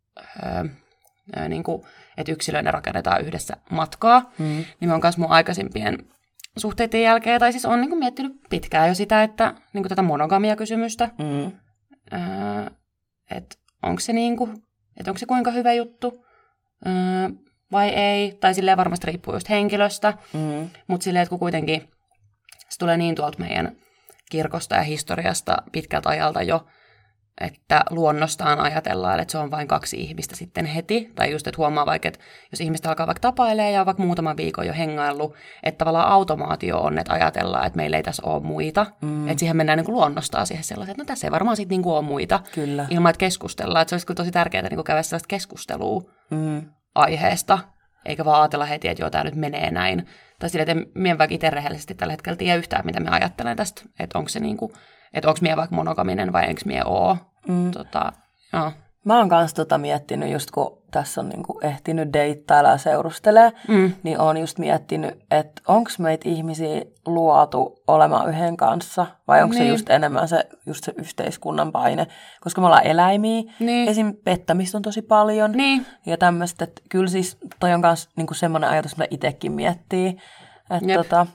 niin että yksilöinä rakennetaan yhdessä matkaa, mm. niin mä oon myös mun aikaisempien suhteiden jälkeen, tai siis on niin kuin miettinyt pitkään jo sitä, että niin kuin tätä monogamia-kysymystä, mm. että onko se niin kuin, että onko se kuinka hyvä juttu öö, vai ei, tai silleen varmasti riippuu just henkilöstä, mm. mutta silleen, että kun kuitenkin se tulee niin tuolta meidän kirkosta ja historiasta pitkältä ajalta jo, että luonnostaan ajatellaan, että se on vain kaksi ihmistä sitten heti, tai just, että huomaa vaikka, että jos ihmistä alkaa vaikka tapailee ja on vaikka muutaman viikon jo hengaillut, että tavallaan automaatio on, että ajatellaan, että meillä ei tässä ole muita, mm. että siihen mennään niin kuin luonnostaan siihen sellaisen, että no tässä ei varmaan sitten niin kuin ole muita, Kyllä. ilman että keskustellaan, että se olisi tosi tärkeää niin kuin käydä sellaista keskustelua mm. aiheesta, eikä vaan ajatella heti, että joo, tämä nyt menee näin, tai silleen, että minä vaikka itse rehellisesti tällä hetkellä tiedä yhtään, mitä me ajattelen tästä, että onko se niin kuin että onko mie vaikka monogaminen vai enkö mie oo. Mm. Tota, joo. Mä oon kans tota miettinyt, just kun tässä on niinku ehtinyt deittailla ja seurustelee, mm. niin oon just miettinyt, että onko meitä ihmisiä luotu olemaan yhden kanssa, vai onko niin. se just enemmän se, just se yhteiskunnan paine. Koska me ollaan eläimiä, niin. esim. Pettämistä on tosi paljon, niin. ja tämmöistä, että kyllä siis toi on kans niinku semmoinen ajatus, mitä itsekin miettii, että tota,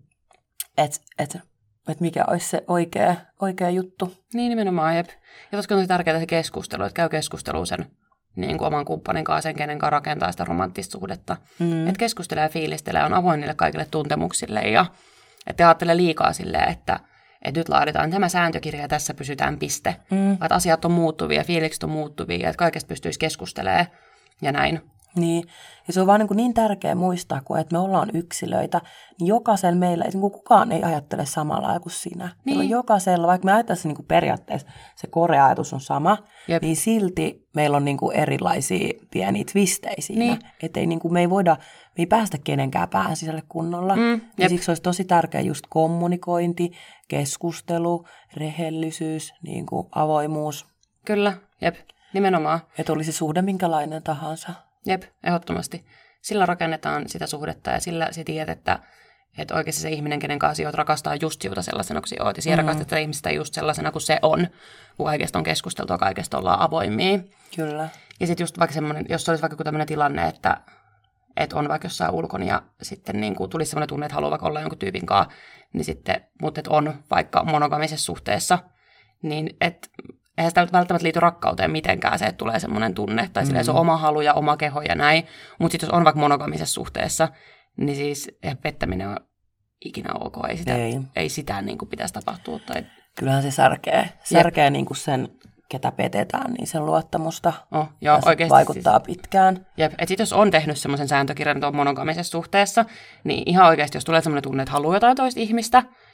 et, et, että mikä olisi se oikea, oikea juttu. Niin nimenomaan, jep. Ja koska on tosi tärkeää se keskustelu, että käy keskustelua sen niin kuin oman kumppanin kanssa, sen kenen kanssa rakentaa sitä romanttista suhdetta. Mm. Että keskustelee ja fiilistelee, on avoin niille kaikille tuntemuksille ja että ajattelee liikaa silleen, että, että nyt laaditaan tämä sääntökirja ja tässä pysytään piste. Mm. Että asiat on muuttuvia, fiilikset on muuttuvia ja että kaikesta pystyisi keskustelemaan ja näin. Niin, ja se on vaan niin, niin tärkeää muistaa, kun että me ollaan yksilöitä, niin jokaisella meillä, niin kuin kukaan ei ajattele samalla lailla kuin sinä. Niin. On jokaisella, vaikka me ajattelisimme niin periaatteessa, se korea-ajatus on sama, Jep. niin silti meillä on niin kuin erilaisia pieniä twistejä siinä. Niin. Että ei, niin kuin, me ei voida, me ei päästä kenenkään päähän sisälle kunnolla. Mm, ja siksi olisi tosi tärkeää just kommunikointi, keskustelu, rehellisyys, niin kuin avoimuus. Kyllä, jep, nimenomaan. Että olisi suhde minkälainen tahansa. Jep, ehdottomasti. Sillä rakennetaan sitä suhdetta ja sillä sä tiedät, että, että oikeasti se ihminen, kenen kanssa oot, rakastaa just siuta sellaisena kuin sä oot. Ja siellä mm-hmm. rakastetaan ihmistä just sellaisena kuin se on, kun kaikesta on keskusteltu ja kaikesta ollaan avoimia. Kyllä. Ja sitten just vaikka semmoinen, jos olisi vaikka tämmöinen tilanne, että, että on vaikka jossain ulkona ja sitten niin kuin tulisi semmoinen tunne, että haluaa vaikka olla jonkun tyypin kanssa, niin sitten, mutta että on vaikka monogamisessa suhteessa, niin että eihän sitä välttämättä liity rakkauteen mitenkään se, että tulee semmoinen tunne, tai mm-hmm. se on oma halu ja oma keho ja näin. Mutta sitten jos on vaikka monogamisessa suhteessa, niin siis pettäminen on ikinä ok. Ei sitä, ei. Ei sitä niin kuin pitäisi tapahtua. Tai... Kyllähän se särkee, särkee niin kuin sen, ketä petetään, niin sen luottamusta. Oh, joo, oikeasti vaikuttaa siis pitkään. Jep, että sitten jos on tehnyt semmoisen sääntökirjan tuon monogamisessa suhteessa, niin ihan oikeasti, jos tulee semmoinen tunne, että haluaa jotain toista ihmistä,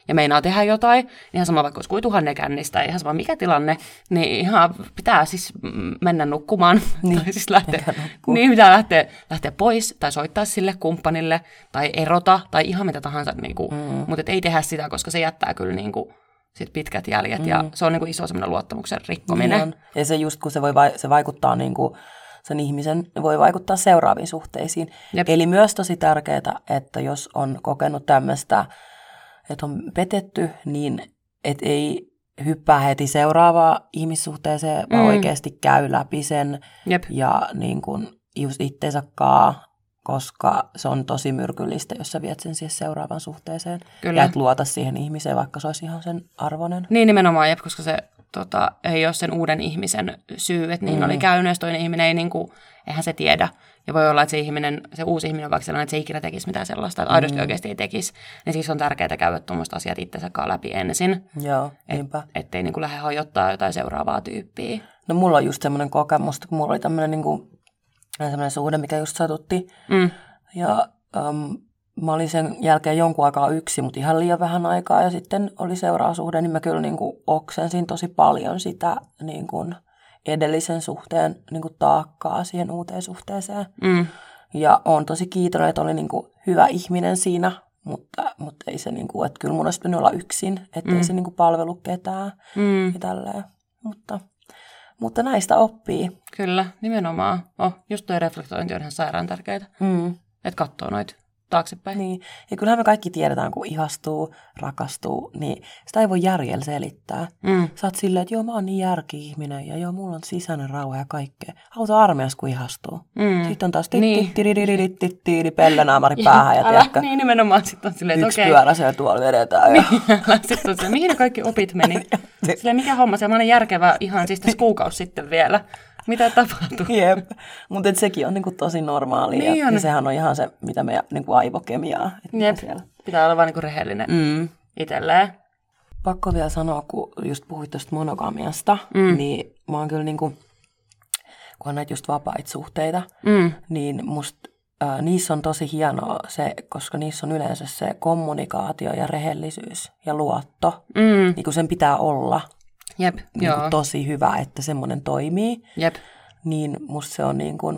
ja meinaa tehdä jotain, niin ihan sama vaikka olisi kuin tuhannen kännistä, ihan sama mikä tilanne, niin ihan pitää siis mennä nukkumaan, Niin, tai siis lähteä, niin pitää lähteä, lähteä pois, tai soittaa sille kumppanille, tai erota, tai ihan mitä tahansa, niin kuin, mm. mutta ei tehdä sitä, koska se jättää kyllä niin kuin, sit pitkät jäljet, mm. ja se on niin kuin iso semmoinen luottamuksen rikkominen. Niin ja se just, kun se, voi, se vaikuttaa niin kuin sen ihmisen, voi vaikuttaa seuraaviin suhteisiin. Jep. Eli myös tosi tärkeää, että jos on kokenut tämmöistä, että on petetty, niin et ei hyppää heti seuraavaan ihmissuhteeseen, vaan mm. oikeasti käy läpi sen Jep. ja niin kuin just itteensä kaa, koska se on tosi myrkyllistä, jos sä viet sen siihen seuraavaan suhteeseen. Kyllä. Ja et luota siihen ihmiseen, vaikka se olisi ihan sen arvoinen. Niin nimenomaan, jep, koska se tota, ei ole sen uuden ihmisen syy, että niin mm. oli käynyt, jos toinen ihminen ei, niin kuin, eihän se tiedä. Ja voi olla, että se, ihminen, se uusi ihminen on vaikka sellainen, että se ei ikinä tekisi mitään sellaista, että aidosti mm. oikeasti ei tekisi. Niin siis on tärkeää käydä tuommoista asiat itsensä läpi ensin. Joo, niinpä. Et, ettei niin kuin lähde hajottaa jotain seuraavaa tyyppiä. No mulla on just semmoinen kokemus, kun mulla oli tämmöinen niin kuin semmoinen suhde, mikä just satutti. Mm. Ja um, mä olin sen jälkeen jonkun aikaa yksi, mutta ihan liian vähän aikaa. Ja sitten oli seuraava suhde, niin mä kyllä niin kuin oksensin tosi paljon sitä niin kuin edellisen suhteen niin kuin taakkaa siihen uuteen suhteeseen. Mm. Ja olen tosi kiitollinen, että oli niin kuin hyvä ihminen siinä, mutta, mutta ei se niin kuin, että kyllä mun olisi pitänyt olla yksin, ettei mm. se niin kuin palvelu ketään mm. ja tälleen. Mutta... Mutta näistä oppii. Kyllä, nimenomaan. Oh, just tuo reflektointi on ihan sairaan tärkeää. Mm. Että katsoo noita taaksepäin. Niin. Ja kyllähän me kaikki tiedetään, kun ihastuu, rakastuu, niin sitä ei voi järjellä selittää. Mm. Sä oot silleen, että joo, mä oon niin järki-ihminen ja joo, mulla on sisäinen rauha ja kaikkea. Auta armeijassa, kun ihastuu. Mm. Sitten on taas titti pellenaamari päähän ja tiedäkö. Niin nimenomaan sitten on silleen, että okei. Yksi pyörä siellä tuolla vedetään. Ja... sitten on silleen, mihin ne kaikki opit meni? Silleen, mikä homma, semmoinen järkevä ihan siis tässä kuukausi sitten vielä. Mitä tapahtuu? Jep, mutta sekin on niinku tosi normaalia. Niin ja, ja sehän on ihan se, mitä meidän niinku aivokemiaa. Jep, siellä. Pitää olla vaan niinku rehellinen mm. itselleen. Pakko vielä sanoa, kun just puhuit tuosta monogamiasta, mm. niin mä oon kyllä niinku, kun on näitä just vapaita suhteita, mm. niin musta äh, niissä on tosi hienoa se, koska niissä on yleensä se kommunikaatio ja rehellisyys ja luotto. Mm. Niin kuin sen pitää olla. Jep, niin joo. Tosi hyvä, että semmoinen toimii. Jep. Niin musta se on niin kuin,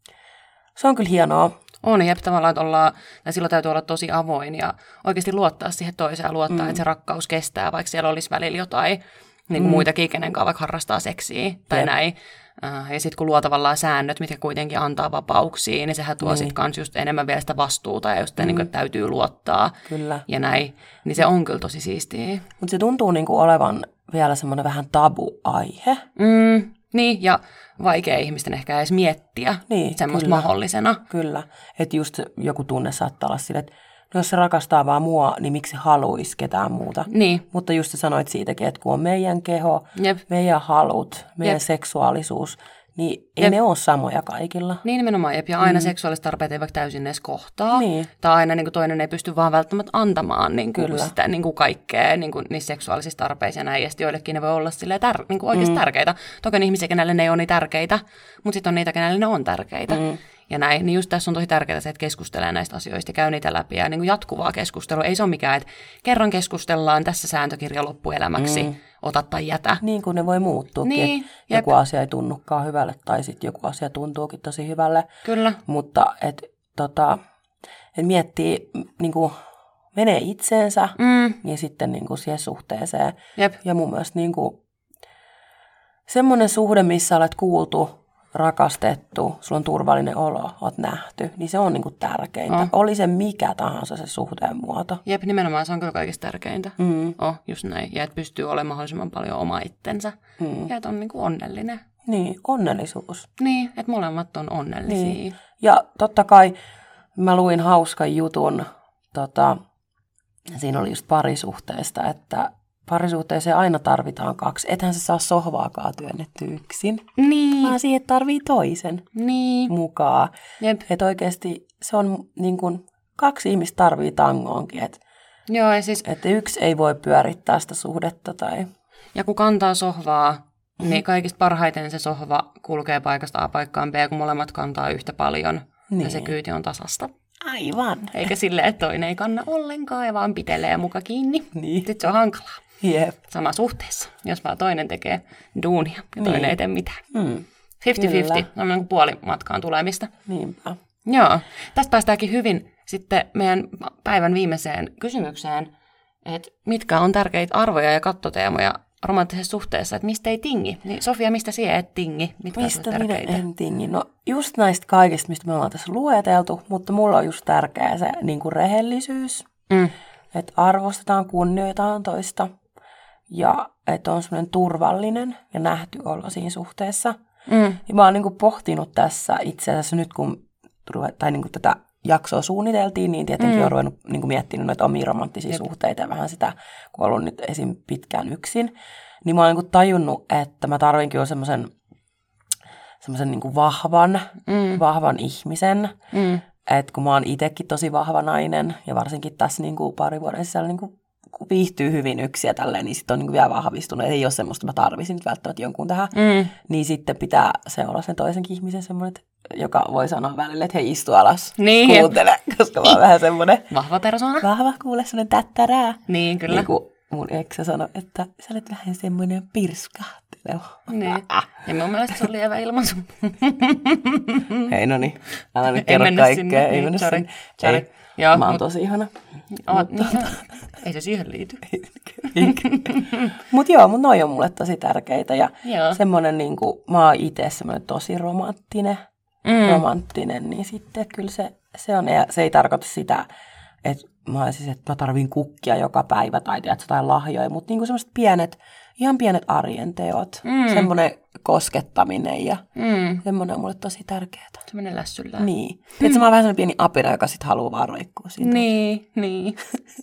se on kyllä hienoa. On, jep, tavallaan, että ollaan, ja silloin täytyy olla tosi avoin ja oikeasti luottaa siihen toiseen ja luottaa, mm. että se rakkaus kestää, vaikka siellä olisi välillä jotain niin kuin mm. muitakin, kenen kanssa vaikka harrastaa seksiä tai jep. näin. Uh, ja sitten kun luo tavallaan säännöt, mitkä kuitenkin antaa vapauksia, niin sehän tuo niin. sitten kans just enemmän vielä sitä vastuuta ja just mm. niin kuin, että täytyy luottaa kyllä. ja näin. Niin se on kyllä tosi siistiä. Mutta se tuntuu niin kuin olevan vielä semmoinen vähän tabu-aihe. Mm, niin, ja vaikea ihmisten ehkä edes miettiä niin, semmoista kyllä, mahdollisena. Kyllä, että just joku tunne saattaa olla sille, että no jos se rakastaa vaan mua, niin miksi haluaisi ketään muuta. Niin. Mutta just sä sanoit siitäkin, että kun on meidän keho, Jep. meidän halut, meidän Jep. seksuaalisuus, niin ei Jep. ne ole samoja kaikilla. Niin nimenomaan, Jep. Ja aina mm. seksuaaliset tarpeet ei vaikka täysin edes kohtaa. Niin. Tai aina niin kuin toinen ei pysty vaan välttämättä antamaan niin kuin sitä niin kuin kaikkea niin kuin niissä seksuaalisissa tarpeissa ja näin. Ja sitten joillekin ne voi olla tär- niin kuin oikeasti mm. tärkeitä. Toki on ihmisiä, kenelle ne ei ole niin tärkeitä, mutta sitten on niitä, kenelle ne on tärkeitä. Mm. Ja näin, niin just tässä on tosi tärkeää se, että keskustelee näistä asioista ja käy niitä läpi ja niin kuin jatkuvaa keskustelua. Ei se ole mikään, että kerran keskustellaan, tässä sääntökirja loppuelämäksi, mm. ota tai jätä. Niin kuin ne voi muuttuukin, niin, että joku asia ei tunnukaan hyvälle tai sitten joku asia tuntuukin tosi hyvälle. Kyllä. Mutta että tota, et miettii, niin kuin menee itseensä mm. ja sitten niin kuin siihen suhteeseen. Jep. Ja mun mielestä niin kuin, semmoinen suhde, missä olet kuultu, rakastettu, sulla on turvallinen olo, oot nähty, niin se on niinku tärkeintä. Oh. Oli se mikä tahansa se suhteen muoto. Jep, nimenomaan se on kyllä kaikista tärkeintä. Mm. Oh, just näin. Ja että pystyy olemaan mahdollisimman paljon oma itsensä. Mm. Ja että on niinku onnellinen. Niin, onnellisuus. Niin, että molemmat on onnellisia. Niin. Ja totta kai mä luin hauskan jutun, tota, siinä oli just parisuhteesta, että parisuhteeseen aina tarvitaan kaksi. Ethän se saa sohvaakaan työnnetty yksin. Niin. Vaan siihen tarvii toisen niin. mukaan. Jep. Että oikeasti se on niin kuin, kaksi ihmistä tarvii tangoonkin. Että Joo, ja siis... et yksi ei voi pyörittää sitä suhdetta. Tai... Ja kun kantaa sohvaa, mm-hmm. niin kaikista parhaiten se sohva kulkee paikasta A paikkaan B, kun molemmat kantaa yhtä paljon. Niin. Ja se kyyti on tasasta. Aivan. Eikä silleen, että toinen ei kanna ollenkaan ja vaan pitelee muka kiinni. Niin. Sitten se on hankalaa. Jep. Sama suhteessa, jos vaan toinen tekee duunia ja toinen Niin. ei tee mitään. Mm. viisikymmentä viisikymmentä, on niin kuin puoli matkaan tulemista. Niinpä. Joo, tästä päästäänkin hyvin sitten meidän päivän viimeiseen kysymykseen, että mitkä on tärkeitä arvoja ja kattoteemoja romanttisessa suhteessa, että mistä ei tingi. Niin Sofia, mistä sinä et tingi? Mitkä Mistä on minä tärkeitä? en tingi? No just näistä kaikista, mistä me ollaan tässä lueteltu, mutta mulla on just tärkeää se niin kuin rehellisyys, Mm. että arvostetaan, kunnioitetaan toista ja että on semmoinen turvallinen ja nähty olo siinä suhteessa. Mm. Ja mä oon niin kuin pohtinut tässä itse asiassa nyt, kun ruve- tai niin kuin tätä jaksoa suunniteltiin, niin tietenkin mm. on ruvennut niin kuin miettinyt noita omia romanttisia Jep. suhteita ja vähän sitä, kun olen ollut nyt esim. Pitkään yksin. Niin mä oon niin kuin tajunnut, että mä tarvinkin jo semmoisen semmoisen niin kuin vahvan, mm. vahvan ihmisen. Mm. Että kun mä oon itsekin tosi vahva nainen ja varsinkin tässä niin kuin pari vuoden sisällä niin kuin viihtyy hyvin yksi ja tälleen, niin sitten on niin kuin vielä vahvistunut. Ei ole semmoista, että mä tarvisin nyt välttämättä jonkun tähän. Mm. Niin sitten pitää se olla sen toisenkin ihmisen semmoinen, joka voi sanoa välillä, että hei, istu alas, niin, kuuntele, koska mä oon vähän semmoinen vahva persoona. Vahva, kuule, semmoinen tättärää. Niin, kyllä. Niin kuin mun eksä sanoi, että sä olet vähän semmoinen pirskahteleva. Niin. Ja mun mielestä se on lievä ilmaisu. Hei, no niin. Älä nyt kerro kaikkea. Ei mennä sorry, sinne. sorry. Ei, Joo, mä oon mut... tosi ihana. Oot, niin, ei se siihen liity. Mutta joo, mut noi on mulle tosi tärkeitä. Ja joo. semmoinen, niin kuin, mä oon itse semmoinen tosi romanttinen. Mm. Romanttinen, niin sitten kyllä se, se on. Ja se ei tarkoita sitä, että mä, siis, että mä tarvin kukkia joka päivä tai tiedät, jotain lahjoja. Mutta niin semmoiset pienet, ihan pienet arjen teot. Mm. Semmoinen koskettaminen ja mm. semmoinen on mulle tosi tärkeää. Semmoinen lässyllä. Niin. Mm. Että mä oon vähän semmoinen pieni apina, joka sit haluaa vaan roikkua siitä. Niin, niin.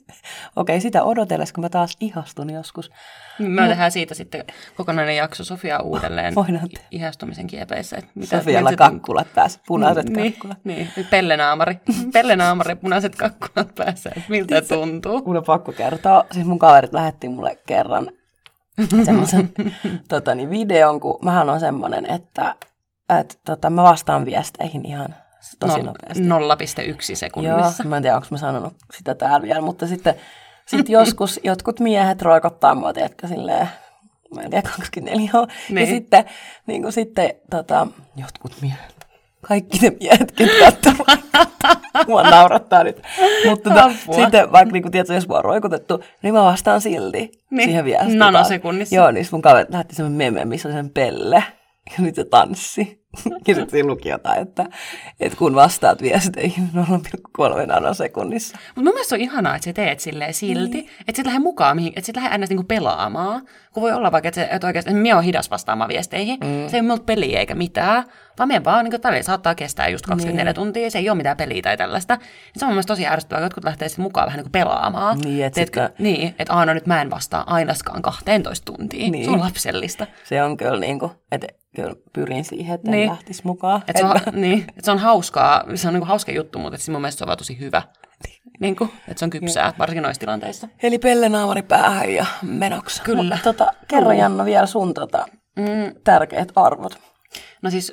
Okei, sitä odotellessa, kun mä taas ihastun joskus. Me no. tehdään siitä sitten kokonainen jakso Sofia uudelleen ihastumisen kiepeissä. Että mitä, Sofialla kakkulat päässä, punaiset niin, kakkulat. Niin, pellenaamari. Pellenaamari, punaiset kakkulat päässä. Että miltä se tuntuu? Mun on pakko kertoa. Siis mun kaverit lähetti mulle kerran semmoisen tota, niin videon, kun mähän on semmoinen, että et, tota, mä vastaan viesteihin ihan tosi no, nopeasti. nolla pilkku yksi sekunnissa. Joo, mä en tiedä, onko mä sanonut sitä täällä vielä, mutta sitten sit joskus jotkut miehet roikottaa mua, tiedätkö, silleen, mä en tiedä, kaksikymmentäneljä on. Niin. Ja sitten, niin kuin, sitten tota, jotkut miehet, kaikki ne miehet, ketkä katsovat. Mua naurattaa nyt. Mutta tota, sitten vaikka niin kun, tiedätkö, jos mua on roikotettu, niin mä vastaan silti niin. siihen viestiin. Nanosekunnissa. Joo, niin mun kaverit lähetti semmoinen meme, missä on sen pelle. Ja nyt se tanssi. Ja sitten siinä luki jotain, että, että kun vastaat viesteihin nolla pilkku kolme nanosekunnissa. Mutta mun mielestä on ihanaa, että sä teet silleen silti. Niin. Että sä et lähde mukaan, mihin, että sä et lähde ennäs niinku pelaamaan. Kun voi olla vaikka, että, se, että oikeasti että minä olen hidas vastaamaan viesteihin. Mm. Se ei ole multa peliä eikä mitään. Vaan me vaan niin välillä saattaa kestää just kaksikymmentäneljä niin. tuntia. Se ei ole mitään peliä tai tällaista. Se on mun mielestä tosi ärsyttävää, että jotkut lähtee sitten mukaan vähän niin kuin pelaamaan. Niin, että sitä... niin, et aina nyt mä en vastaa ainaskaan kahteentoista tuntia. Niin. Se on lapsellista. Se on kyllä niin kuin, että kyllä pyrin siihen, että niin. en lähtisi mukaan. Et se, on, niin, et se on hauskaa, se on niin kuin hauska juttu, mutta mun mielestä se on vaan tosi hyvä. Niin kuin, että se on kypsää, varsinkin noissa tilanteissa. Eli pellenaamari päähän ja menoksi. Kyllä. Mutta tota, kerro Janna vielä sun tota, mm. tärkeät arvot. No siis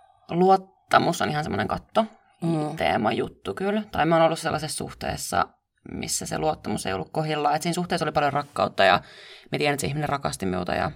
luottamus on ihan semmoinen katto, mm. teema juttu kyllä. Tai mä oon ollut sellaisessa suhteessa, missä se luottamus ei ollut kohdillaan. Että siinä suhteessa oli paljon rakkautta ja mä tiedän, että se ihminen rakasti minulta ja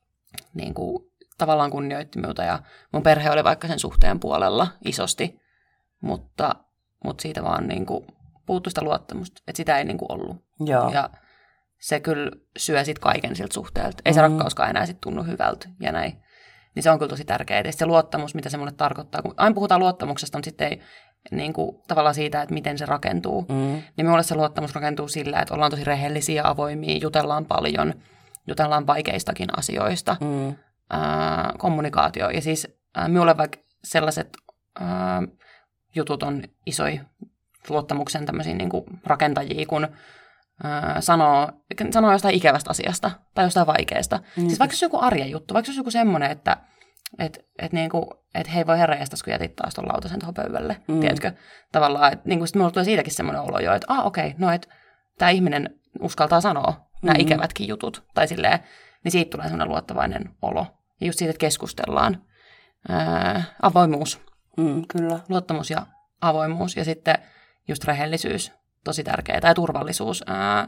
niin kuin, tavallaan kunnioitti minulta. Ja mun perhe oli vaikka sen suhteen puolella isosti, mutta, mutta siitä vaan niin kuin, puuttui sitä luottamusta, että sitä ei niin kuin ollut. Joo. Ja se kyllä syö sit kaiken siltä suhteelta. Ei se mm. rakkauskaan enää sit tunnu hyvältä ja näin. Niin se on kyllä tosi tärkeää. Ja se luottamus, mitä se mulle tarkoittaa, kun aina puhutaan luottamuksesta, mutta sitten ei niin kuin, tavallaan siitä, että miten se rakentuu. Mm. Niin minulle se luottamus rakentuu sillä, että ollaan tosi rehellisiä ja avoimia, jutellaan paljon, jutellaan vaikeistakin asioista. Mm. Ää, kommunikaatio. Ja siis ää, minulle vaikka sellaiset ää, jutut on isoja luottamuksen tämmöisiä niin kuin rakentajia, kun ää, sanoo, sanoo jostain ikävästä asiasta tai jostain vaikeasta. Mm. Siis vaikka se on joku arjen juttu, vaikka se on joku semmoinen, että et, et niinku, et hei voi herranjestas, kun jätit taas ton lautasen tuohon pöydälle, mm. tiedätkö? Tavallaan, että niinku, sitten mulle tulee siitäkin semmoinen olo jo, että ah okei, okay, no että tämä ihminen uskaltaa sanoa nämä mm. ikävätkin jutut, tai silleen, niin siitä tulee semmoinen luottavainen olo. Ja just siitä, että keskustellaan. Ää, avoimuus. Mm, kyllä. Luottamus ja avoimuus. Ja sitten just rehellisyys, tosi tärkeää, ja turvallisuus. Ää,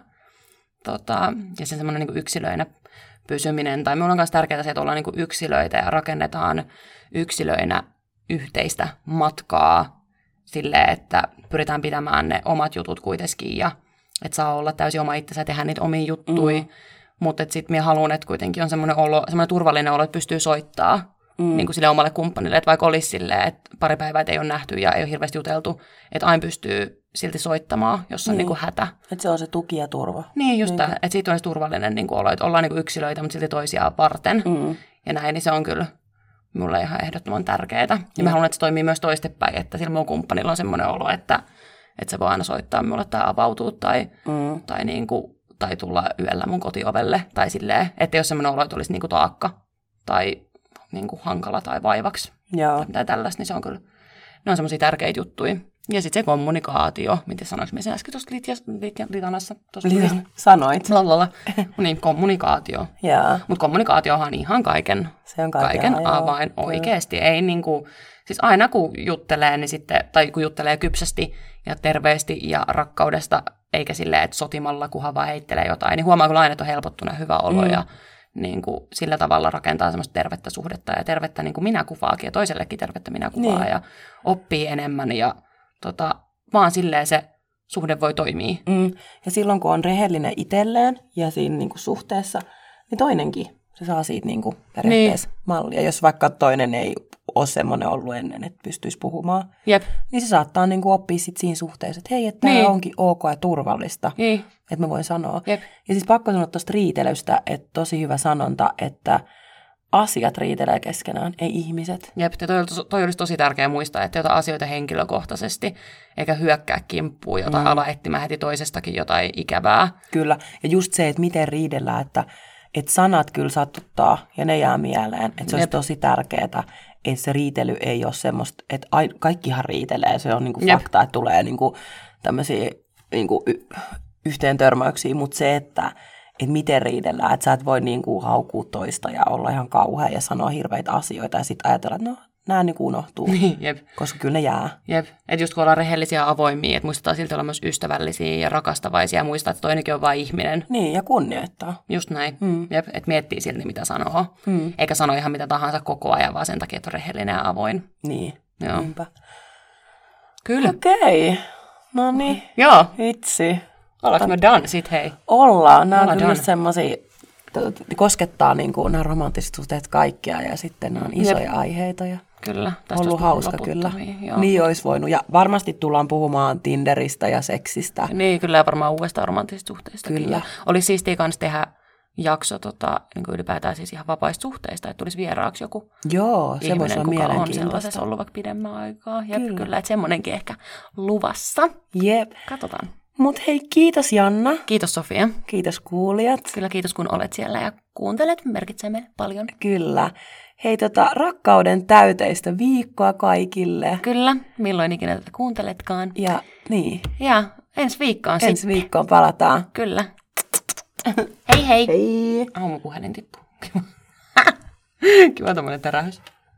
tota, ja se semmoinen niin yksilöinä pysyminen. Tai minulla on myös tärkeää se, että ollaan niin yksilöitä ja rakennetaan yksilöinä yhteistä matkaa silleen, että pyritään pitämään ne omat jutut kuitenkin ja että saa olla täysin oma itsensä ja tehdä niitä omia juttui. Mm. Mutta sitten minä haluan, että kuitenkin on semmoinen, olo, semmoinen turvallinen olo, että pystyy soittaa mm. niin kuin sille omalle kumppanille. Että vaikka olisi silleen, että pari päivää ei ole nähty ja ei ole hirveästi juteltu, että aina pystyy silti soittamaan, jos on niin. niin kuin hätä. Että se on se tuki ja turva. Niin, just niin tämä, että siitä olisi turvallinen niin kuin olo, että ollaan niin kuin yksilöitä, mutta silti toisiaan varten. Mm. Ja näin, niin se on kyllä mulle ihan ehdottoman tärkeää. Ja mm. mä haluan, että se toimii myös toistepäin, että sillä mun kumppanilla on semmoinen olo, että, että se voi aina soittaa minulle tai avautua tai, mm. tai, niin kuin, tai tulla yöllä mun kotiovelle. Tai silleen, että jos semmoinen olo, että olisi niin kuin taakka tai niin kuin hankala tai vaivaksi. Joo. Tai mitään tällaista, niin se on kyllä, ne on semmoisia tärkeitä juttuja. Ja sitten se kommunikaatio, miten sanoinko minä sen äsken tuossa litanassa? Li- Sanoit. Lallalla. Niin, kommunikaatio. Mutta kommunikaatiohan on ihan kaiken, se on kaiken joo. avain oikeasti. Ei niinku, siis aina kun juttelee, niin sitten, tai kun juttelee kypsästi ja terveesti ja rakkaudesta, eikä silleen, että sotimalla kunhan vaan heittelee jotain, niin huomaa kyllä aina, että on helpottunut hyvä olo mm. ja niin kuin sillä tavalla rakentaa semmoista tervettä suhdetta ja tervettä niin kuin minäkuvaakin ja toisellekin tervettä minäkuvaa niin. ja oppii enemmän ja Tota, vaan silleen se suhde voi toimia. Mm. Ja silloin, kun on rehellinen itselleen ja siinä niin kuin suhteessa, niin toinenkin, se saa siitä niin kuin periaatteessa niin. mallia. Jos vaikka toinen ei ole semmoinen ollut ennen, että pystyisi puhumaan, Jep. niin se saattaa niin kuin oppia sit siinä suhteessa, että hei, että niin. tämä onkin ok ja turvallista, niin. että mä voin sanoa. Jep. Ja siis pakko sanoa tuosta riitelystä, että tosi hyvä sanonta, että asiat riitelee keskenään, ei ihmiset. Jep, ja toi, toi olisi tosi tärkeää muistaa, että jota asioita henkilökohtaisesti, eikä hyökkää kimppuun jotain mm. ala etsimään heti toisestakin jotain ikävää. Kyllä, ja just se, että miten riidellään, että, että sanat kyllä satuttaa ja ne jää mieleen. Että se Jep. olisi tosi tärkeää, että se riitely ei ole semmoista, että kaikkihan riitelee, se on niinku fakta, että tulee niinku tämmöisiä niinku y- yhteen törmäyksiä, mutta se, että että miten riidellään, että sä et voi niinku haukua toista ja olla ihan kauhea ja sanoa hirveitä asioita ja sitten ajatella, että no, nämä niinku unohtuu, Jep. koska kyllä ne jää. Jep, että just kun ollaan rehellisiä ja avoimia, että muistetaan silti olla myös ystävällisiä ja rakastavaisia ja muistaa, että toinenkin on vain ihminen. Niin, ja kunnioittaa. Just näin, mm. Jep, että miettii silti mitä sanoo, mm. eikä sano ihan mitä tahansa koko ajan, vaan sen takia, että on rehellinen ja avoin. Niin, Joo. niinpä. Kyllä. Okei, okay. No niin, Joo. Vitsi. Ollaanko me done sit, hei? Ollaan. Nämä on kyllä semmoisia, koskettaa niin kuin, nämä romanttiset suhteet kaikkia ja sitten nämä on isoja Jep. aiheita. Ja kyllä. Tästä ollut hauska kyllä. Joo. Niin olisi voinut. Ja varmasti tullaan puhumaan Tinderistä ja seksistä. Niin, kyllä ja varmaan uudestaan romanttisista suhteista. Kyllä. Olisi siistiä kanssa tehdä jakso tota, niin kuin ylipäätään siis ihan vapaista suhteista, että tulisi vieraaksi joku Joo, se ihminen, voisi olla kuka mielenkiintoista. on sellaisessa ollut vaikka pidemmän aikaa. Jep, kyllä. kyllä, että semmoinenkin ehkä luvassa. Jep. Katsotaan. Mut hei, kiitos Janna. Kiitos Sofia. Kiitos kuulijat. Kyllä, kiitos kun olet siellä ja kuuntelet. Merkitsee meille paljon. Kyllä. Hei, tota, rakkauden täyteistä viikkoa kaikille. Kyllä, milloin ikinä tätä kuunteletkaan. Ja niin. Ja ensi viikkoon sitten. Ensi viikkoon palataan. Kyllä. Hei hei. Hei. Aamupuhelin tippuu. Kiva tommonen terähys.